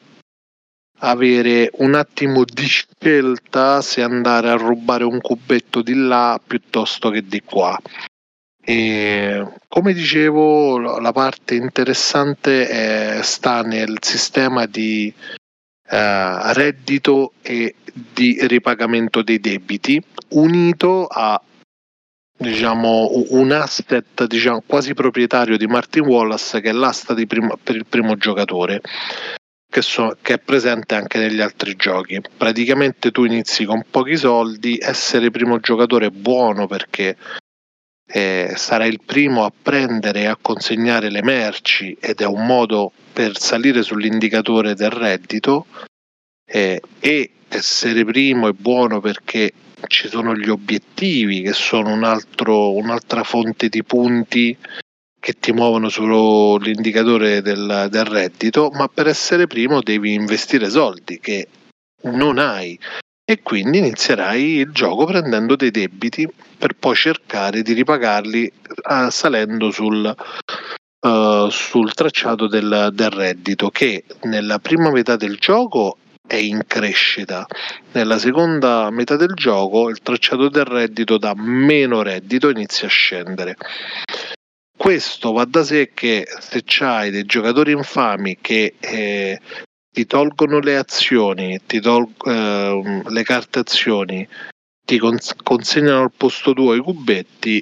avere un attimo di scelta se andare a rubare un cubetto di là piuttosto che di qua. E come dicevo, la parte interessante sta nel sistema di reddito e di ripagamento dei debiti, unito a, diciamo, un asset, diciamo, quasi proprietario di Martin Wallace, che è l'asta per il primo giocatore, che è presente anche negli altri giochi. Praticamente tu inizi con pochi soldi, essere primo giocatore è buono perché sarai il primo a prendere e a consegnare le merci, ed è un modo per salire sull'indicatore del reddito, e essere primo è buono perché ci sono gli obiettivi, che sono un'altra fonte di punti che ti muovono sull'indicatore del reddito, ma per essere primo devi investire soldi che non hai, e quindi inizierai il gioco prendendo dei debiti per poi cercare di ripagarli salendo sul tracciato del reddito, che nella prima metà del gioco è in crescita. Nella seconda metà del gioco il tracciato del reddito da meno reddito inizia a scendere. Questo va da sé che se c'hai dei giocatori infami che ti tolgono le azioni, le carte azioni, ti consegnano al posto tuo i cubetti,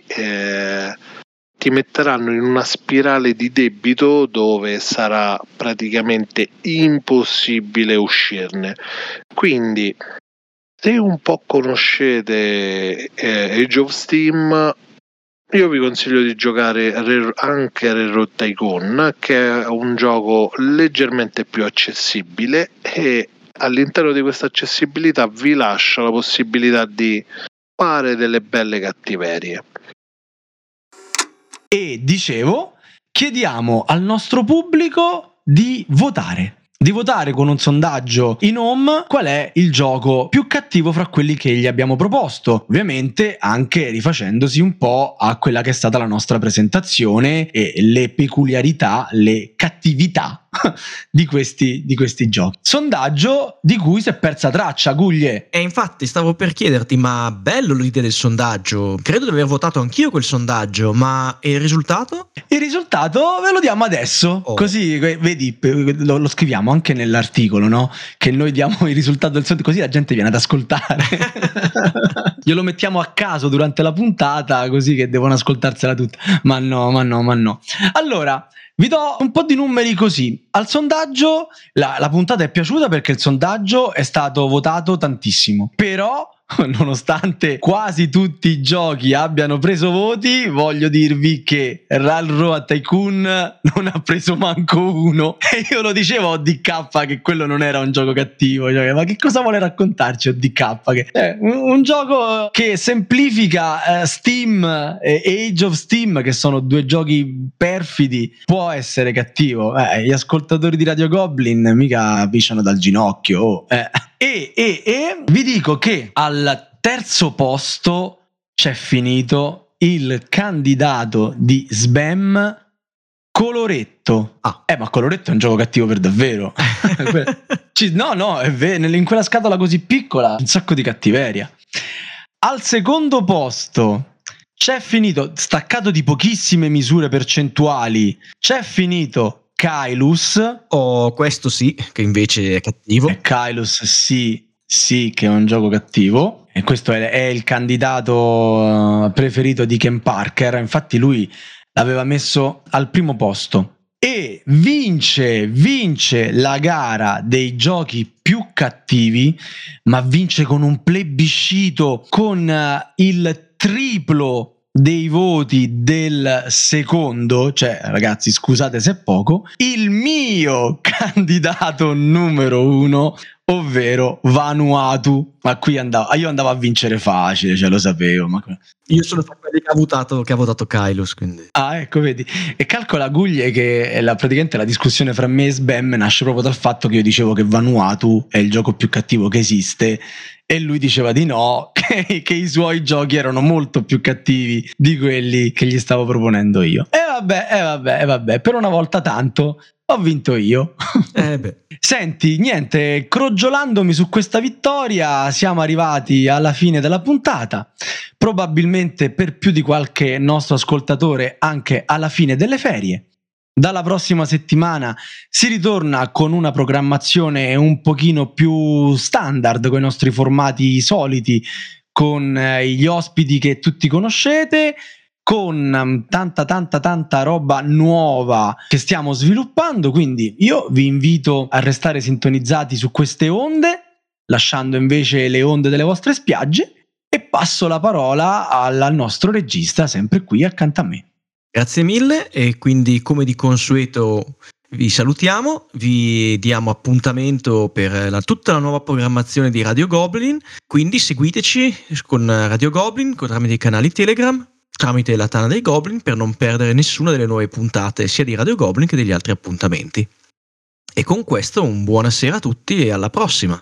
ti metteranno in una spirale di debito dove sarà praticamente impossibile uscirne. Quindi, se un po' conoscete Age of Steam, io vi consiglio di giocare anche Railroad Tycoon, che è un gioco leggermente più accessibile, e all'interno di questa accessibilità vi lascia la possibilità di fare delle belle cattiverie. E dicevo, chiediamo al nostro pubblico di votare con un sondaggio in home qual è il gioco più cattivo fra quelli che gli abbiamo proposto, ovviamente anche rifacendosi un po' a quella che è stata la nostra presentazione e le peculiarità, le cattività di questi giochi. Sondaggio di cui si è persa traccia, Guglie. E infatti stavo per chiederti, ma bello l'idea del sondaggio, credo di aver votato anch'io quel sondaggio, ma il risultato? Il risultato ve lo diamo adesso, così vedi, lo scriviamo anche nell'articolo, no? Che noi diamo il risultato del sondaggio, così la gente viene ad ascoltare. glielo mettiamo a caso durante la puntata, così che devono ascoltarsela tutta. Ma no. Allora, vi do un po' di numeri così. Al sondaggio, la puntata è piaciuta perché il sondaggio è stato votato tantissimo. Però, nonostante quasi tutti i giochi abbiano preso voti, voglio dirvi che Railroad Tycoon non ha preso manco uno. E io lo dicevo a ODK che quello non era un gioco cattivo, cioè, ma che cosa vuole raccontarci ODK? Che è un gioco che semplifica Steam e Age of Steam, che sono due giochi perfidi, può essere cattivo. Gli ascoltatori di Radio Goblin mica pisciano dal ginocchio. E vi dico che al terzo posto c'è finito il candidato di Sbam, Coloretto. Ma Coloretto è un gioco cattivo per davvero. No, è vero, in quella scatola così piccola un sacco di cattiveria. Al secondo posto c'è finito, staccato di pochissime misure percentuali, c'è finito Kailus. Questo sì, che invece è cattivo. Kailus sì, che è un gioco cattivo. E questo è il candidato preferito di Ken Parker. Infatti lui l'aveva messo al primo posto. E vince la gara dei giochi più cattivi, ma vince con un plebiscito, con il triplo dei voti del secondo, cioè ragazzi scusate se è poco, il mio candidato numero 1, ovvero Vanuatu. Ma qui io andavo a vincere facile, cioè lo sapevo. Ma io sono tra quelli che ha votato Kailus, quindi. Ecco, vedi. E calcola Guglie che praticamente la discussione fra me e Sbam nasce proprio dal fatto che io dicevo che Vanuatu è il gioco più cattivo che esiste e lui diceva di no, che i suoi giochi erano molto più cattivi di quelli che gli stavo proponendo io. E vabbè, per una volta tanto ho vinto io. Senti, niente, crogiolandomi su questa vittoria siamo arrivati alla fine della puntata, probabilmente per più di qualche nostro ascoltatore anche alla fine delle ferie. Dalla prossima settimana si ritorna con una programmazione un pochino più standard, con i nostri formati soliti, con gli ospiti che tutti conoscete, con tanta roba nuova che stiamo sviluppando. Quindi io vi invito a restare sintonizzati su queste onde, lasciando invece le onde delle vostre spiagge, e passo la parola al nostro regista, sempre qui accanto a me. Grazie mille, e quindi come di consueto vi salutiamo, vi diamo appuntamento per tutta la nuova programmazione di Radio Goblin, quindi seguiteci con Radio Goblin tramite i canali Telegram, tramite la Tana dei Goblin, per non perdere nessuna delle nuove puntate sia di Radio Goblin che degli altri appuntamenti. E con questo un buonasera a tutti e alla prossima.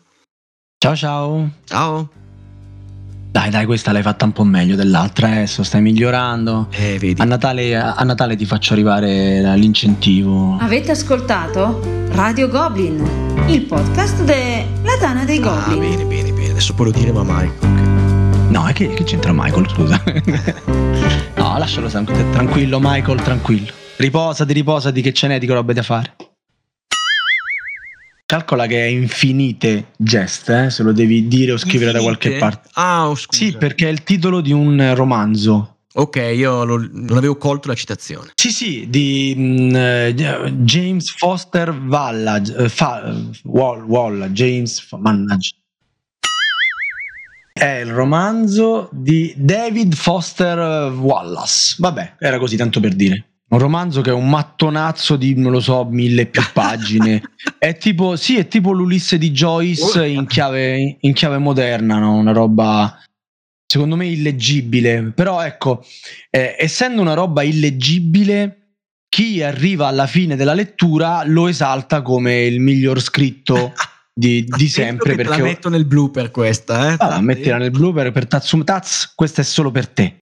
Ciao. Dai, questa l'hai fatta un po' meglio dell'altra, adesso stai migliorando. Vedi. A Natale ti faccio arrivare l'incentivo. Avete ascoltato Radio Goblin, il podcast della Tana dei Goblin. Bene, adesso puoi dire ma Michael. No, che c'entra Michael, scusa. No, lascialo tranquillo Michael, tranquillo. Riposati che ce n'è di robe da fare. Calcola che è Infinite Jest, se lo devi dire o scrivere da qualche parte. Scusa. Sì, perché è il titolo di un romanzo. Ok, io non avevo colto la citazione. Sì, di James Foster Wallace. Mannaggia. È il romanzo di David Foster Wallace. Vabbè, era così, tanto per dire. Un romanzo che è un mattonazzo di, non lo so, 1000 più pagine. È tipo l'Ulisse di Joyce in chiave moderna, no? Una roba secondo me illeggibile. Però ecco, essendo una roba illeggibile, chi arriva alla fine della lettura lo esalta come il miglior scritto di sempre. Perché la metto nel blooper questa, mettila nel blooper per Taz, questa è solo per te.